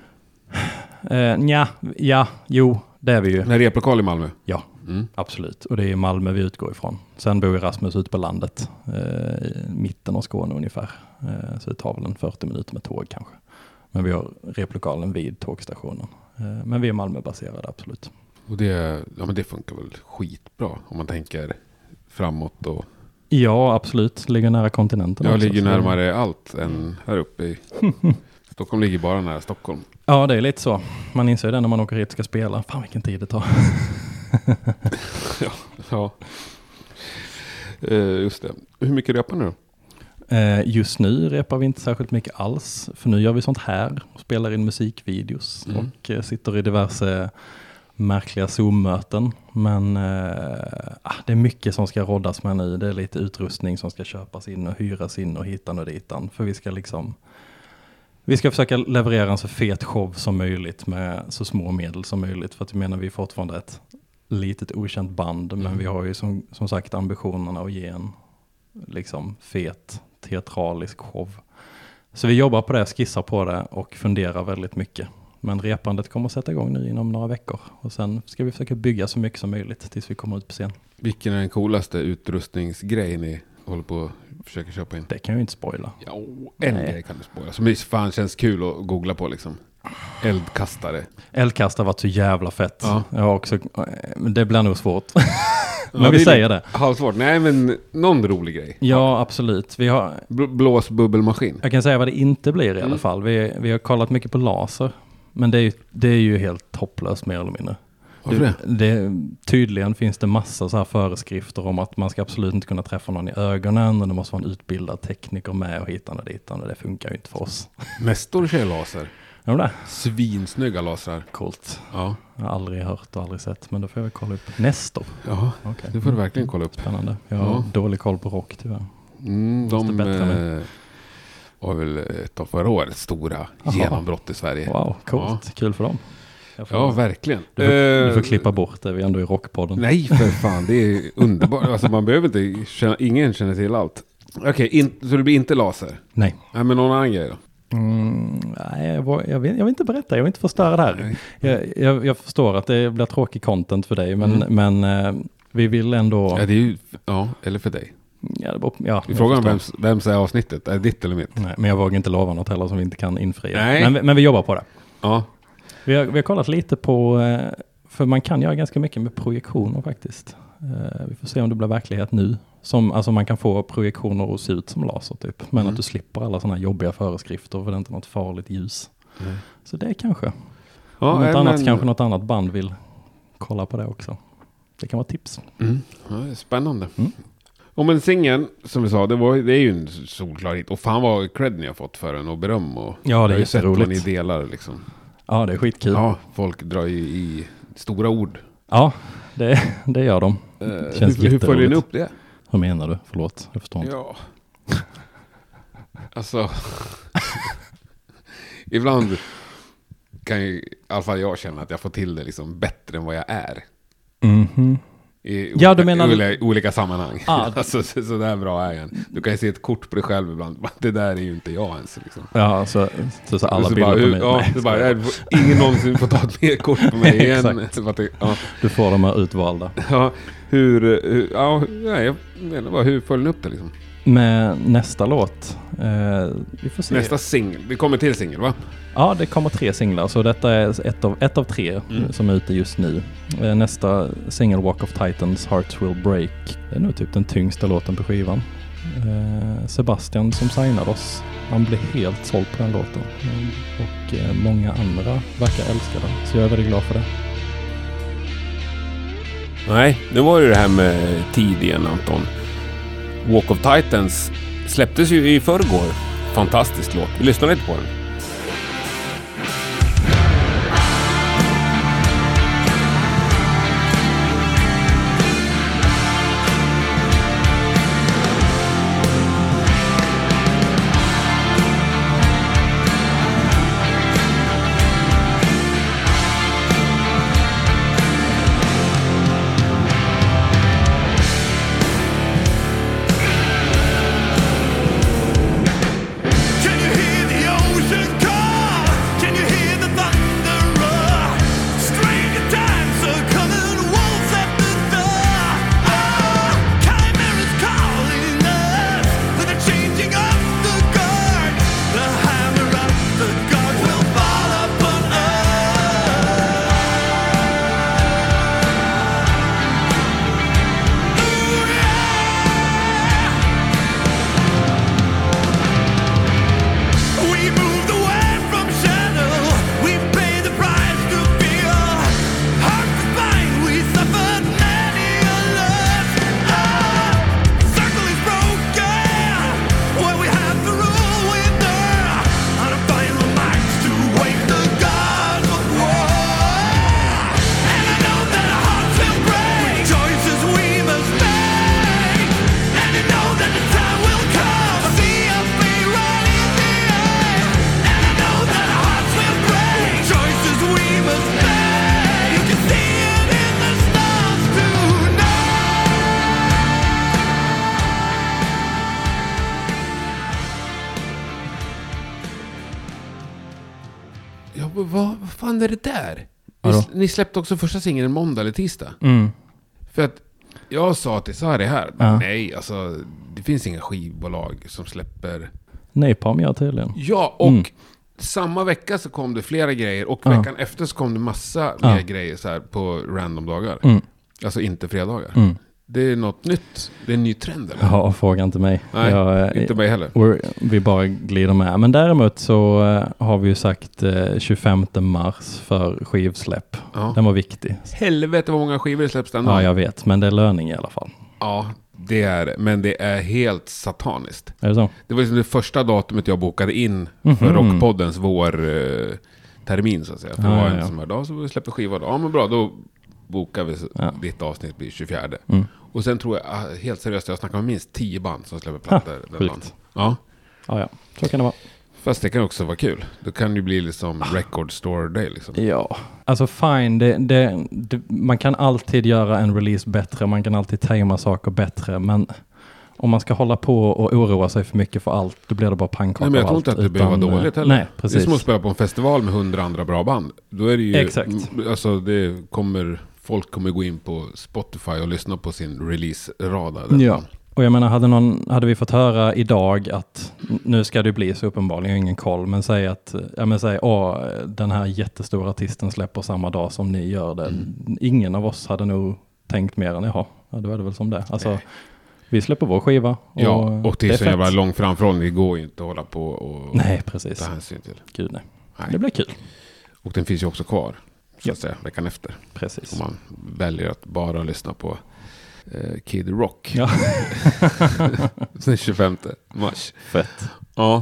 Jo, det är vi ju. När replokal i Malmö? Ja, absolut. Och det är Malmö vi utgår ifrån. Sen bor Rasmus ute på landet, i mitten av Skåne ungefär. Så det tar väl en 40 minuter med tåg kanske. Men vi har replokalen vid tågstationen. Men vi är Malmöbaserade, absolut. Och det funkar väl skitbra om man tänker framåt och... Ja, absolut. Ligger nära kontinenten. Jag ligger närmare allt än här uppe i... Stockholm ligger bara nära Stockholm. Ja, det är lite så. Man inser det när man åker hit och ska spela. Fan vilken tid det tar. Ja. Just det. Hur mycket repar ni då? Just nu repar vi inte särskilt mycket alls. För nu gör vi sånt här och spelar in musikvideos. Och sitter i diverse märkliga Zoom-möten. Men det är mycket som ska roddas med nu. Det är lite utrustning som ska köpas in och hyras in och hitan och ditan. För vi ska försöka leverera en så fet show som möjligt med så små medel som möjligt. För att vi är fortfarande ett litet okänt band. Men vi har ju som sagt ambitionerna att ge en fet teatralisk show. Så vi jobbar på det, skissar på det och funderar väldigt mycket. Men repandet kommer att sätta igång nu inom några veckor. Och sen ska vi försöka bygga så mycket som möjligt tills vi kommer ut på scen. Vilken är den coolaste utrustningsgrej ni håller på att försöka köpa in? Det kan jag ju inte spoila. Ja, en grej kan du spoila. Som fan känns kul att googla på liksom. Eldkastare. Eldkastare har varit så jävla fett. Ja. Jag har också, det blir nog svårt. Men vi säger det. Halvsvårt. Nej, men någon rolig grej. Ja, absolut. Vi har... Blåsbubbelmaskin. Jag kan säga vad det inte blir i alla fall. Vi har kollat mycket på laser. Men det är ju helt hopplöst mer eller mindre. Varför det? Tydligen finns det massa så här föreskrifter om att man ska absolut inte kunna träffa någon i ögonen och det måste vara en utbildad tekniker med och hitan och ditan och det funkar ju inte för oss. Nestor kör laser. Ja, det. Svinsnygga lasrar. Coolt. Ja. Jag har aldrig hört och aldrig sett, men då får jag kolla upp. Nestor. Ja, okay. Det får du verkligen kolla upp. Spännande. Jag har dålig koll på rock tyvärr. De var väl ett av förra årets stora genombrott i Sverige. Wow, coolt. Ja. Kul för dem. Ja, verkligen. Du får klippa bort det, vi är ändå i rockpodden. Nej, för fan, det är underbart. Alltså man behöver inte, ingen känner till allt. Okej, så det blir inte laser? Nej. Nej, men någon annan grej då? Nej, jag vill inte berätta, jag vill inte förstöra det här. Jag förstår att det blir tråkig content för dig, men vi vill ändå... Ja, det är ju, eller för dig. Vi frågar om vems är avsnittet, är det ditt eller mitt? Nej, men jag vågar inte lova något heller som vi inte kan infria. Men vi jobbar på det. Ja. Vi har kollat lite på, för man kan göra ganska mycket med projektioner faktiskt. Vi får se om det blir verklighet nu. Alltså man kan få projektioner att se ut som laser typ. Men att du slipper alla sådana jobbiga föreskrifter för det är inte något farligt ljus. Så det är kanske. Kanske något annat band vill kolla på det också. Det kan vara tips. Ja, spännande. Om en singeln, som vi sa, det är ju en solklar hit. Och fan vad cred ni har fått för den och beröm. Och ja, det är jätteroligt. Vad ni delar liksom. Ja, det är skitkul. Ja, folk drar ju i stora ord. Ja, det gör de. Hur följer ni upp det? Hur menar du? Förlåt, jag förstår inte. Ja. Alltså... ibland kan ju, i alla fall jag känna att jag får till det liksom bättre än vad jag är. Mhm. I Ja, du menar... olika sammanhang. Ah. Alltså, så där bra är jag. Du kan ju se ett kort på dig själv ibland. Det där är ju inte jag ens. Liksom. Ja, så alla så bilder bara, på mig. Ja, det bara, ingen någonsin får ta ett mer kort på mig igen. Ja. Du får de här utvalda. Ja, jag menar bara, hur följer ni upp det liksom? Med nästa låt. Vi får se. Nästa singel. Vi kommer till singel, va? Ja, det kommer 3 singlar. Så detta är ett av 3 som är ute just nu. Nästa singel, Walk of Titans, Hearts Will Break. Det är nog typ den tyngsta låten på skivan. Sebastian som signade oss, han blev helt såld på den låten. Och många andra verkar älska den. Så jag är väldigt glad för det. Nej, nu var det här med tid igen, Anton. Walk of Titans släpptes ju i förrgår. Fantastisk låt. Vi lyssnar lite på den. Can you hear the ocean call? Can you hear the thunder roar? Stranger times are coming, wolves at the door. Oh, chimeras calling us with the changing of the guard. The hammer of the gods will fall upon us. Ooh, yeah. We moved away from shadow. We paid the price to feel. Heart was blind. We suffered many a loss. Circle is broken. What we have to rule with her. On a final march to wake the gods of war. And I know that our hearts will break. Choices we must make. And I know that the time will come. See us be right in the air. And I know that our hearts will break. Choices we must make. You can see it in the stars tonight. Ja, vad fan är det där? Vadå? Ni släppte också första singeln måndag eller tisdag. Mm. För att jag sa till Sari här. Ja. Nej, alltså det finns inga skivbolag som släpper. Napalm gör tydligen. Ja, och samma vecka så kom det flera grejer. Och veckan efter så kom det massa mer grejer så här på random dagar. Alltså inte fredagar. Det är något nytt. Det är en ny trend eller? Ja, fråga inte mig. Nej, inte mig heller. Vi bara glider med. Men däremot så har vi ju sagt 25 mars för skivsläpp. Ja. Den var viktig. Helvete vad många skivor släpps den Ja, dagen. jag vet. Men det är löning i alla fall. Ja, det är det. Men det är helt sataniskt. Är det så? Det var liksom det första datumet jag bokade in för Rockpoddens termin så att säga. För det var en sån här dag så vi släppte skiva då. Ja men bra, då bokar vi ditt avsnitt blir 24. Och sen tror jag, helt seriöst, jag snackar med minst 10 band som släpper plattor. den dagen. Ja. Ja, så kan det vara. Fast det kan också vara kul. Då kan det ju bli liksom record store day liksom. Ja, alltså fine. Man kan alltid göra en release bättre. Man kan alltid tajma saker bättre. Men om man ska hålla på och oroa sig för mycket för allt, då blir det bara pannkaka. Nej, men jag tror inte att det behöver vara dåligt heller. Nej, precis. Det är som att spela på en festival med 100 andra bra band. Då är det ju... Exakt. Alltså folk kommer gå in på Spotify och lyssna på sin release-rad. Ja. Och jag menar, hade vi fått höra idag att nu ska det bli så uppenbarligen, jag har ingen koll, men säg att den här jättestora artisten släpper samma dag som ni gör det. Ingen av oss hade nog tänkt mer än ja, då är det väl som det. Alltså, vi släpper vår skiva. Och det är så jävla lång framförhållning. Det går ju inte att hålla på och nej, precis. ta hänsyn till. Gud, nej. Det blir kul. Och den finns ju också kvar, så att säga, veckan efter. Precis. Om man väljer att bara lyssna på Kid Rock. Ja. Den 25 mars. Fett. Ja.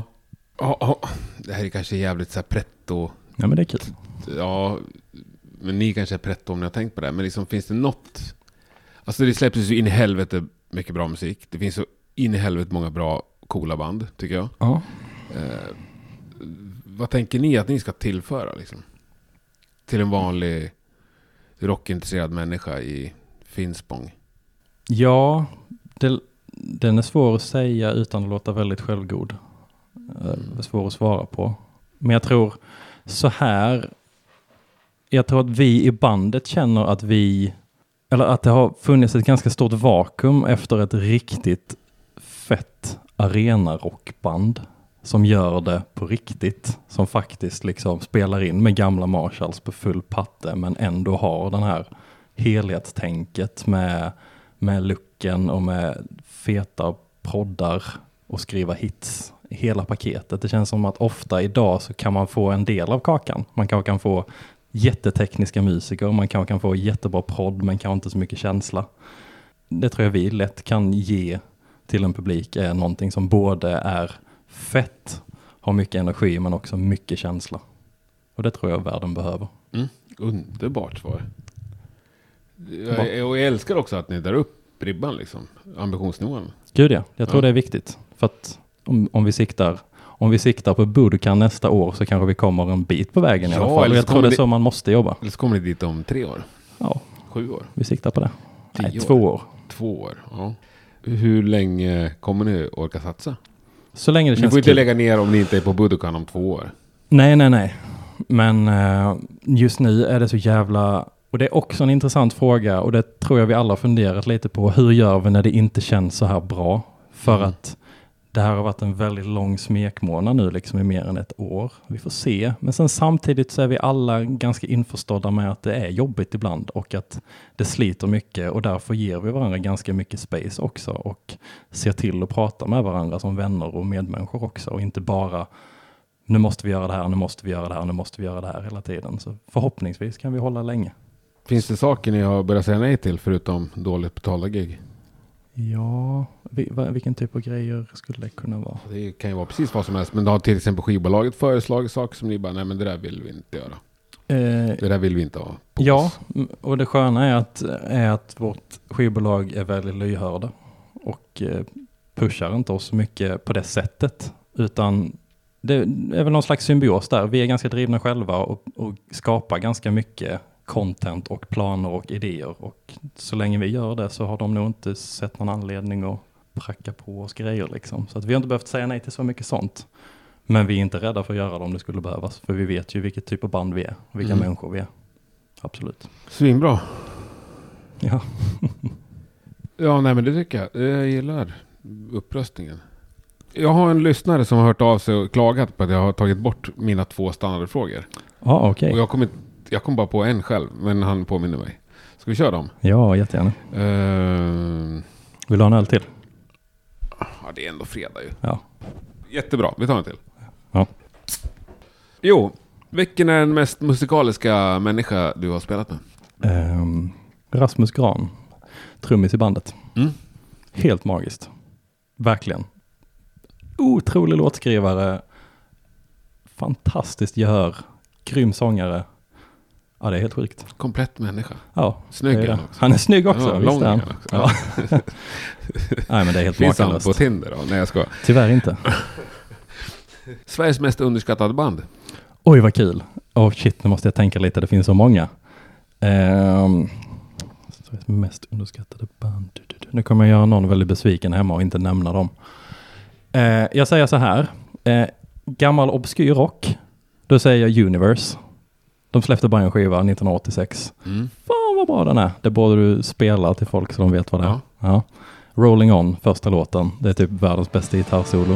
Det här är kanske jävligt så här pretto. Ja, men det är kul. Ja, men ni kanske är pretto om ni har tänkt på det. Men liksom, finns det något... Alltså det släpps ju in i helvete mycket bra musik. Det finns så in i helvete många bra, coola band, tycker jag. Ja. Vad tänker ni att ni ska tillföra liksom? Till en vanlig rockintresserad människa i Finspång? Ja, den är svår att säga utan att låta väldigt självgod. Det är svår att svara på. Men jag tror så här. Jag tror att vi i bandet känner att att det har funnits ett ganska stort vakuum efter ett riktigt fett arenarockband som gör det på riktigt. Som faktiskt liksom spelar in med gamla Marshalls på full patte men ändå har den här helhetstänket med looken och med feta proddar och skriva hits. Hela paketet. Det känns som att ofta idag så kan man få en del av kakan. Man kanske kan få jättetekniska musiker, man kanske kan få jättebra prodd men kanske inte så mycket känsla. Det tror jag vi lätt kan ge till en publik är någonting som både är fett, har mycket energi men också mycket känsla. Och det tror jag världen behöver. Underbart svar. Jag älskar också att ni där upp ribban liksom, ambitionsnivån. Gud ja, jag tror det är viktigt. För att om vi siktar på Budokan nästa år så kanske vi kommer en bit på vägen i alla fall. Och jag tror det är så man måste jobba. Eller så kommer ni dit om 3 år? Ja. 7 år? Vi siktar på det. 2 år. 2 år, ja. Hur länge kommer ni orka satsa? Så länge det känns. Ni får inte lägga ner om ni inte är på Budokan om 2 år. Nej. Men just nu är det så jävla... Och det är också en intressant fråga och det tror jag vi alla funderat lite på. Hur gör vi när det inte känns så här bra? För att det här har varit en väldigt lång smekmånad nu liksom i mer än 1 år. Vi får se. Men sen samtidigt så är vi alla ganska införstådda med att det är jobbigt ibland och att det sliter mycket och därför ger vi varandra ganska mycket space också och ser till att prata med varandra som vänner och medmänniskor också och inte bara nu måste vi göra det här, nu måste vi göra det här, nu måste vi göra det här hela tiden. Så förhoppningsvis kan vi hålla länge. Finns det saker ni har börjat säga nej till förutom dåligt betalda gig? Ja, vilken typ av grejer skulle det kunna vara? Det kan ju vara precis vad som helst. Men då har till exempel skivbolaget föreslagit saker som ni bara, nej men det där vill vi inte göra. Det där vill vi inte ha på oss. Och det sköna är att vårt skivbolag är väldigt lyhörda och pushar inte oss mycket på det sättet. Utan det är väl någon slags symbios där. Vi är ganska drivna själva och skapar ganska mycket content och planer och idéer. Och så länge vi gör det så har de nog inte sett någon anledning att pracka på oss grejer liksom. Så att vi har inte behövt säga nej till så mycket sånt. Men vi är inte rädda för att göra det om det skulle behövas. För vi vet ju vilket typ av band vi är. Och vilka människor vi är. Absolut. Svinbra. Ja. Ja, nej men det tycker jag. Jag gillar uppröstningen. Jag har en lyssnare som har hört av sig och klagat på att jag har tagit bort mina 2 standardfrågor. Ja, okej. Och jag kom bara på en själv, men han påminner mig. Ska vi köra dem? Ja, jättegärna. Vill du ha en öl till? Ja, det är ändå fredag ju. Ja. Jättebra, vi tar en till. Ja. Jo, vilken är den mest musikaliska människa du har spelat med? Rasmus Gran. Trummis i bandet. Helt magiskt. Verkligen. Otrolig låtskrivare. Fantastiskt gehör. Grym sångare. Ja, det är helt sjukt. Komplett människa. Ja. Snygg han också. Han är snygg också. Ja, visst lång han. också. Ja. Nej, men det är helt finns makalöst. han på Tinder då? Nej, jag ska. Tyvärr inte. Sveriges mest underskattade band? Oj, vad kul. Shit, nu måste jag tänka lite. Det finns så många. Sveriges mest underskattade band. Nu kommer jag göra någon väldigt besviken hemma och inte nämna dem. Jag säger så här. Gammal obskyr rock. Då säger jag Universe. De släppte bara en skiva 1986. Fan vad bra den är. Det borde du spela till folk så de vet vad det är. Ja. Rolling On, första låten. Det är typ världens bästa gitarrsolo.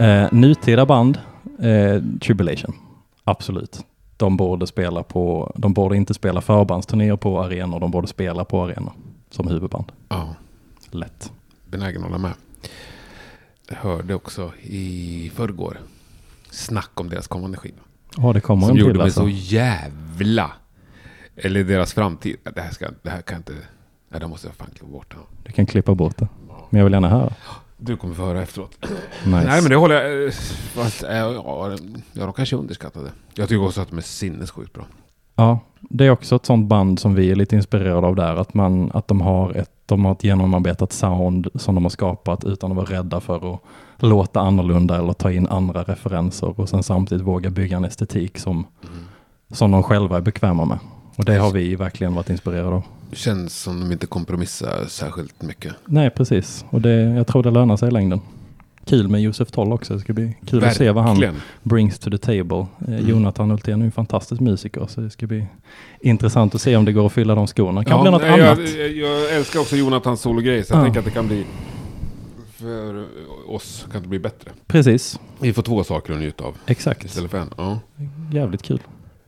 Nutida band, Tribulation. Absolut. De borde inte spela förbandsturnéer på arenor, de borde spela på arenor som huvudband. Ja. Lätt. Benägen att hålla med. Jag hörde också i förrgår snack om deras kommande skiva. Ja, det kommer som en gjorde till mig alltså. så jävla... Eller deras framtid. Det här kan inte... Nej, det måste jag fan klippa bort. Du kan klippa bort det. Men jag vill gärna höra. Du kommer få höra efteråt. Nice. Nej, men det håller jag... Fast, de kanske underskattade. Jag tycker också att de är sinnessjukt bra. Ja, det är också ett sånt band som vi är lite inspirerade av där. Att de har ett genomarbetat sound som de har skapat utan att vara rädda för att låta annorlunda eller ta in andra referenser. Och sen samtidigt våga bygga en estetik som de själva är bekväma med. Och det har vi verkligen varit inspirerade av. Det känns som de inte kompromissar särskilt mycket. Nej, precis. Och jag tror det lönar sig i längden. Kul med Josef Toll också. Det ska bli kul att se vad han brings to the table. Jonathan Hultén är en fantastisk musiker, så det ska bli intressant att se om det går att fylla de skorna. Kan bli något annat. Jag älskar också Jonathans sologrej, så jag tänker att det kan bli för oss kan det bli bättre. Precis. Vi får 2 saker att njuta av. Exakt. Istället för en. Ja. Jävligt kul.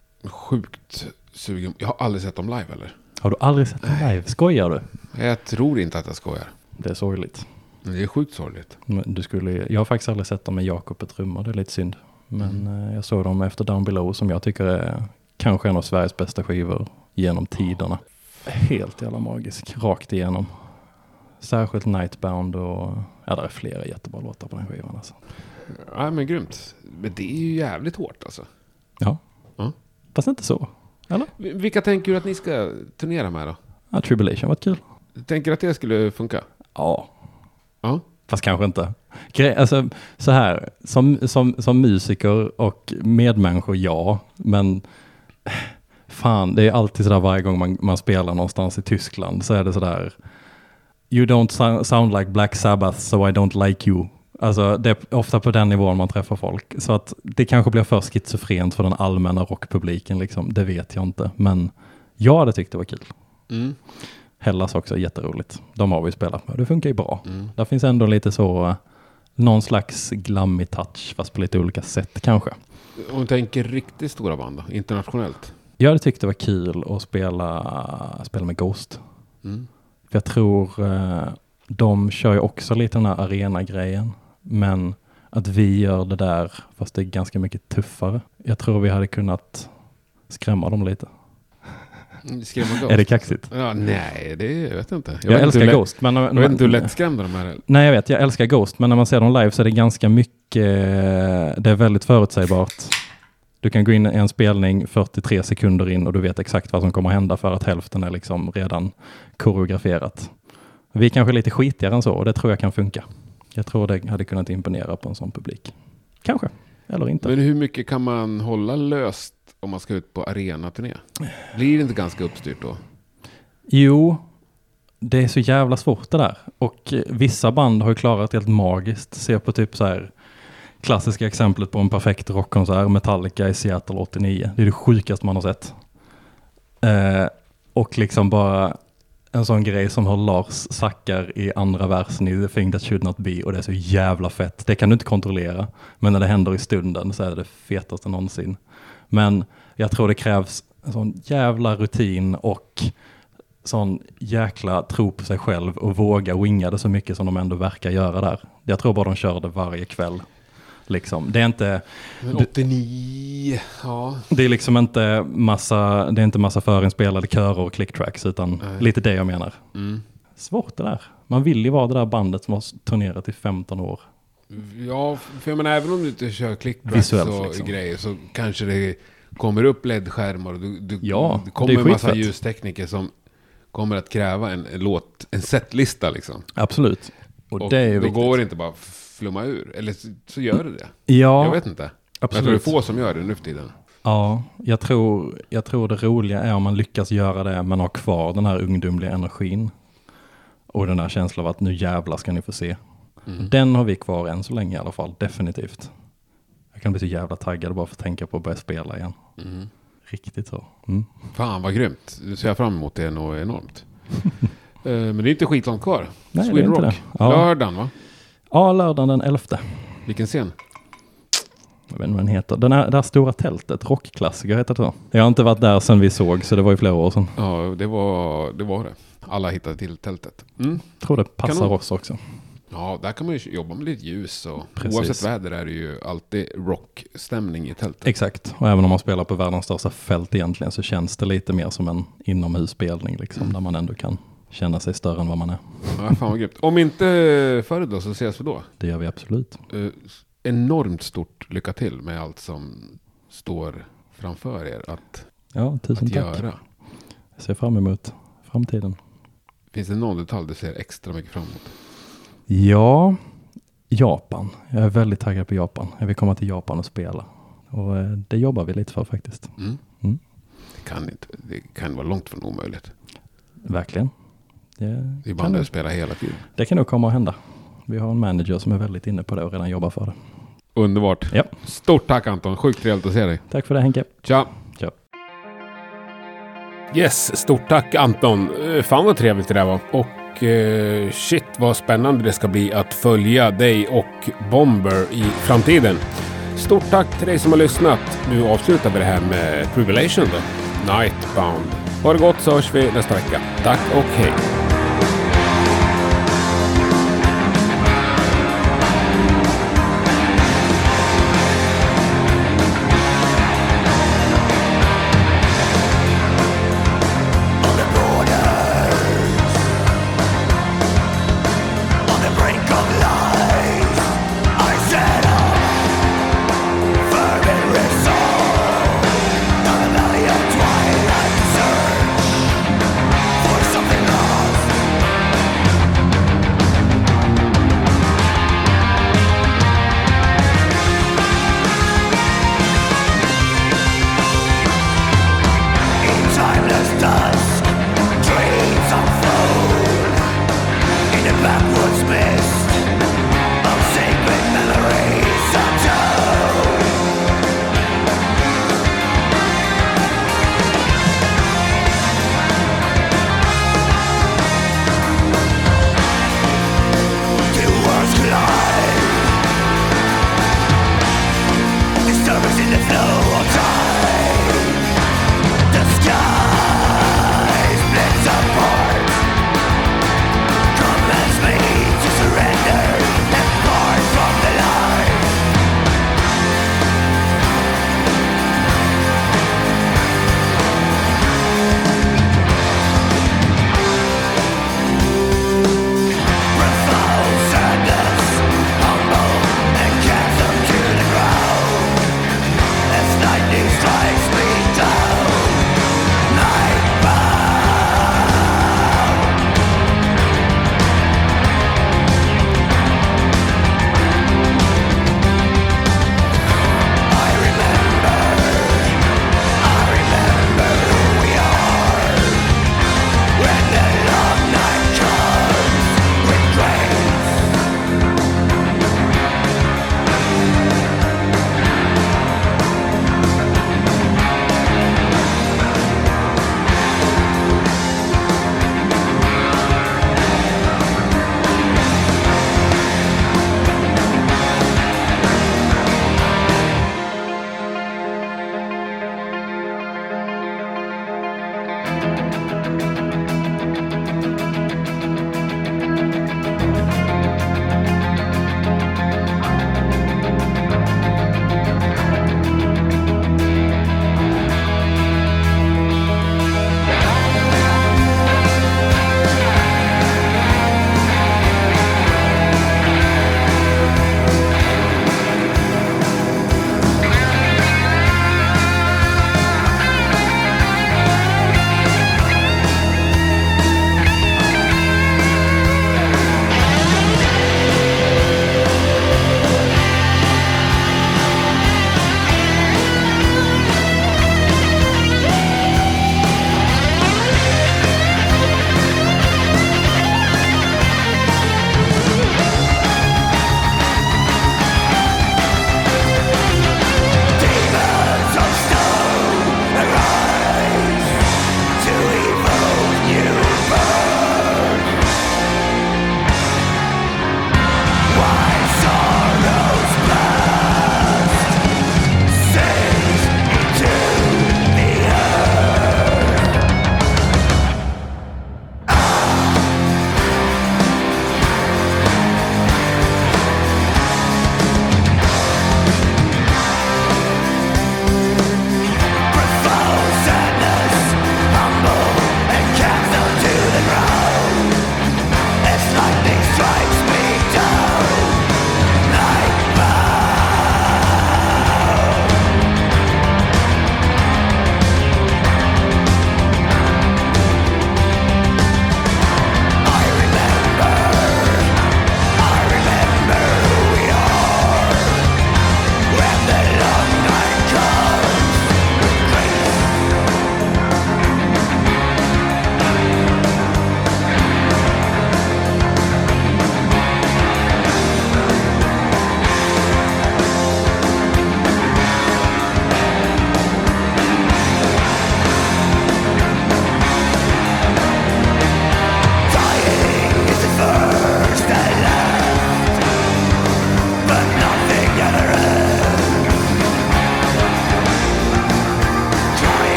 Sjukt sugen. Jag har aldrig sett dem live, eller? Har du aldrig sett dem live? Skojar du? Jag tror inte att jag skojar. Det är sorgligt. Men det är sjukt sorgligt. Men jag har faktiskt aldrig sett dem med Jakob ett rum, och det är lite synd. Men jag såg dem efter Down Below, som jag tycker är kanske en av Sveriges bästa skivor genom tiderna. Helt jävla magisk, rakt igenom. Särskilt Nightbound och där är flera jättebra låtar på den skivan alltså. Ja, men grymt. Men det är ju jävligt hårt alltså. Ja. Fast inte så, eller? Vilka tänker du att ni ska turnera med då? Ja, Tribulation var kul. Tänker att det skulle funka? Ja. Ja. Fast kanske inte. Alltså, så här, som musiker och medmänniskor, ja. Men fan, det är alltid så där varje gång man spelar någonstans i Tyskland, så är det så där: You don't sound like Black Sabbath, so I don't like you. Alltså det är ofta på den nivån man träffar folk. Så att det kanske blir för schizofrent för den allmänna rockpubliken liksom. Det vet jag inte. Men jag hade tyckt det var kul. Hellas också är jätteroligt. De har vi spelat med. Det funkar ju bra. Där finns ändå lite så någon slags glammig touch, fast på lite olika sätt kanske. Om du tänker riktigt stora band då, internationellt? Jag hade tyckt det var kul att spela med Ghost. För jag tror de kör ju också lite den här arena-grejen. Men att vi gör det där, fast det är ganska mycket tuffare. Jag tror vi hade kunnat skrämma dem lite. Skrämma Ghost? Är det kaxigt? Ja, nej, det vet jag inte. Jag älskar Ghost. Men jag vet inte hur lätt skrämda de här är. Nej, jag vet. Jag älskar Ghost. Men när man ser dem live så är det ganska mycket... Det är väldigt förutsägbart. Du kan gå in i en spelning 43 sekunder in och du vet exakt vad som kommer att hända, för att hälften är liksom redan koreograferat. Vi är kanske lite skitigare än så, och det tror jag kan funka. Jag tror det hade kunnat imponera på en sån publik. Kanske, eller inte. Men hur mycket kan man hålla löst om man ska ut på arenaturné? Blir det inte ganska uppstyrt då? Jo, det är så jävla svårt det där. Och vissa band har ju klarat helt magiskt. Se på typ så här klassiska exemplet på en perfekt rockkonsert, Metallica i Seattle 89. Det är det sjukaste man har sett. Och liksom bara en sån grej som har Lars Sackar i andra versen i The Thing That Should Not Be, och det är så jävla fett. Det kan du inte kontrollera, men när det händer i stunden så är det fetaste någonsin. Men jag tror det krävs en sån jävla rutin och sån jäkla tro på sig själv och våga winga det så mycket som de ändå verkar göra där. Jag tror bara de kör det varje kväll. Liksom. Det är inte... 89, ja. Det är liksom inte massa förinspelade körer och clicktracks, utan lite det jag menar. Svårt det där. Man vill ju vara det där bandet som har turnerat i 15 år. Ja, för jag menar, även om du inte kör clicktracks visuellt, och liksom grejer, så kanske det kommer upp LED-skärmar och det kommer det är en massa skitfett. Ljustekniker som kommer att kräva en setlista liksom. Absolut. Och det är då viktigt. går det inte bara flumma ur. Eller så gör det. Ja, jag vet inte. absolut. Jag tror det är få som gör det nu för tiden. Ja, jag tror det roliga är om man lyckas göra det, men har kvar den här ungdomliga energin. Och den här känslan av att nu jävlar ska ni få se. Den har vi kvar än så länge i alla fall, definitivt. Jag kan bli så jävla taggad bara för att tänka på att börja spela igen. Riktigt så. Fan vad grymt. Du ser fram emot det nog enormt. Men det är inte skitlångt kvar. Nej, Sweden det är inte Rock. det. Ja. Lördagen va? Ja, lördagen den 11. Vilken scen? jag vet inte vad den heter. Det här stora tältet, rockklassiker heter det. Jag har inte varit där sedan vi såg, så det var ju flera år sedan. Ja, det var det. Alla hittade till tältet. Tror det passar Kanon. oss också. Ja, där kan man ju jobba med lite ljus och Precis. oavsett väder är det ju alltid rockstämning i tältet. Exakt, och även om man spelar på världens största fält egentligen så känns det lite mer som en inomhusspelning liksom, där man ändå kan känna sig större än vad man är. Ja, fan vad grymt. Om inte förr då så ses vi då. Det gör vi absolut. Enormt stort lycka till med allt som står framför er att Tusen tack. göra. Jag ser fram emot framtiden. Finns det någon detalj du ser extra mycket fram emot? Ja, Japan. Jag är väldigt taggad på Japan. Jag vill komma till Japan och spela. Och det jobbar vi lite för faktiskt. Det kan vara långt från omöjligt. Verkligen. Det är bara att spela hela tiden. Det kan nog komma att hända. Vi har en manager som är väldigt inne på det och redan jobbar för det. Underbart. Ja. Stort tack Anton. Sjukt trevligt att se dig. Tack för det Henke. Tja. Tja. Yes, stort tack Anton. Fan vad trevligt det där var. Och shit vad spännande det ska bli att följa dig och Bomber i framtiden. Stort tack till dig som har lyssnat. Nu avslutar vi det här med Tribulation då. Nightbound. Ha det gott så hörs vi nästa vecka. Tack och hej. Something lost.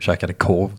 käkade korv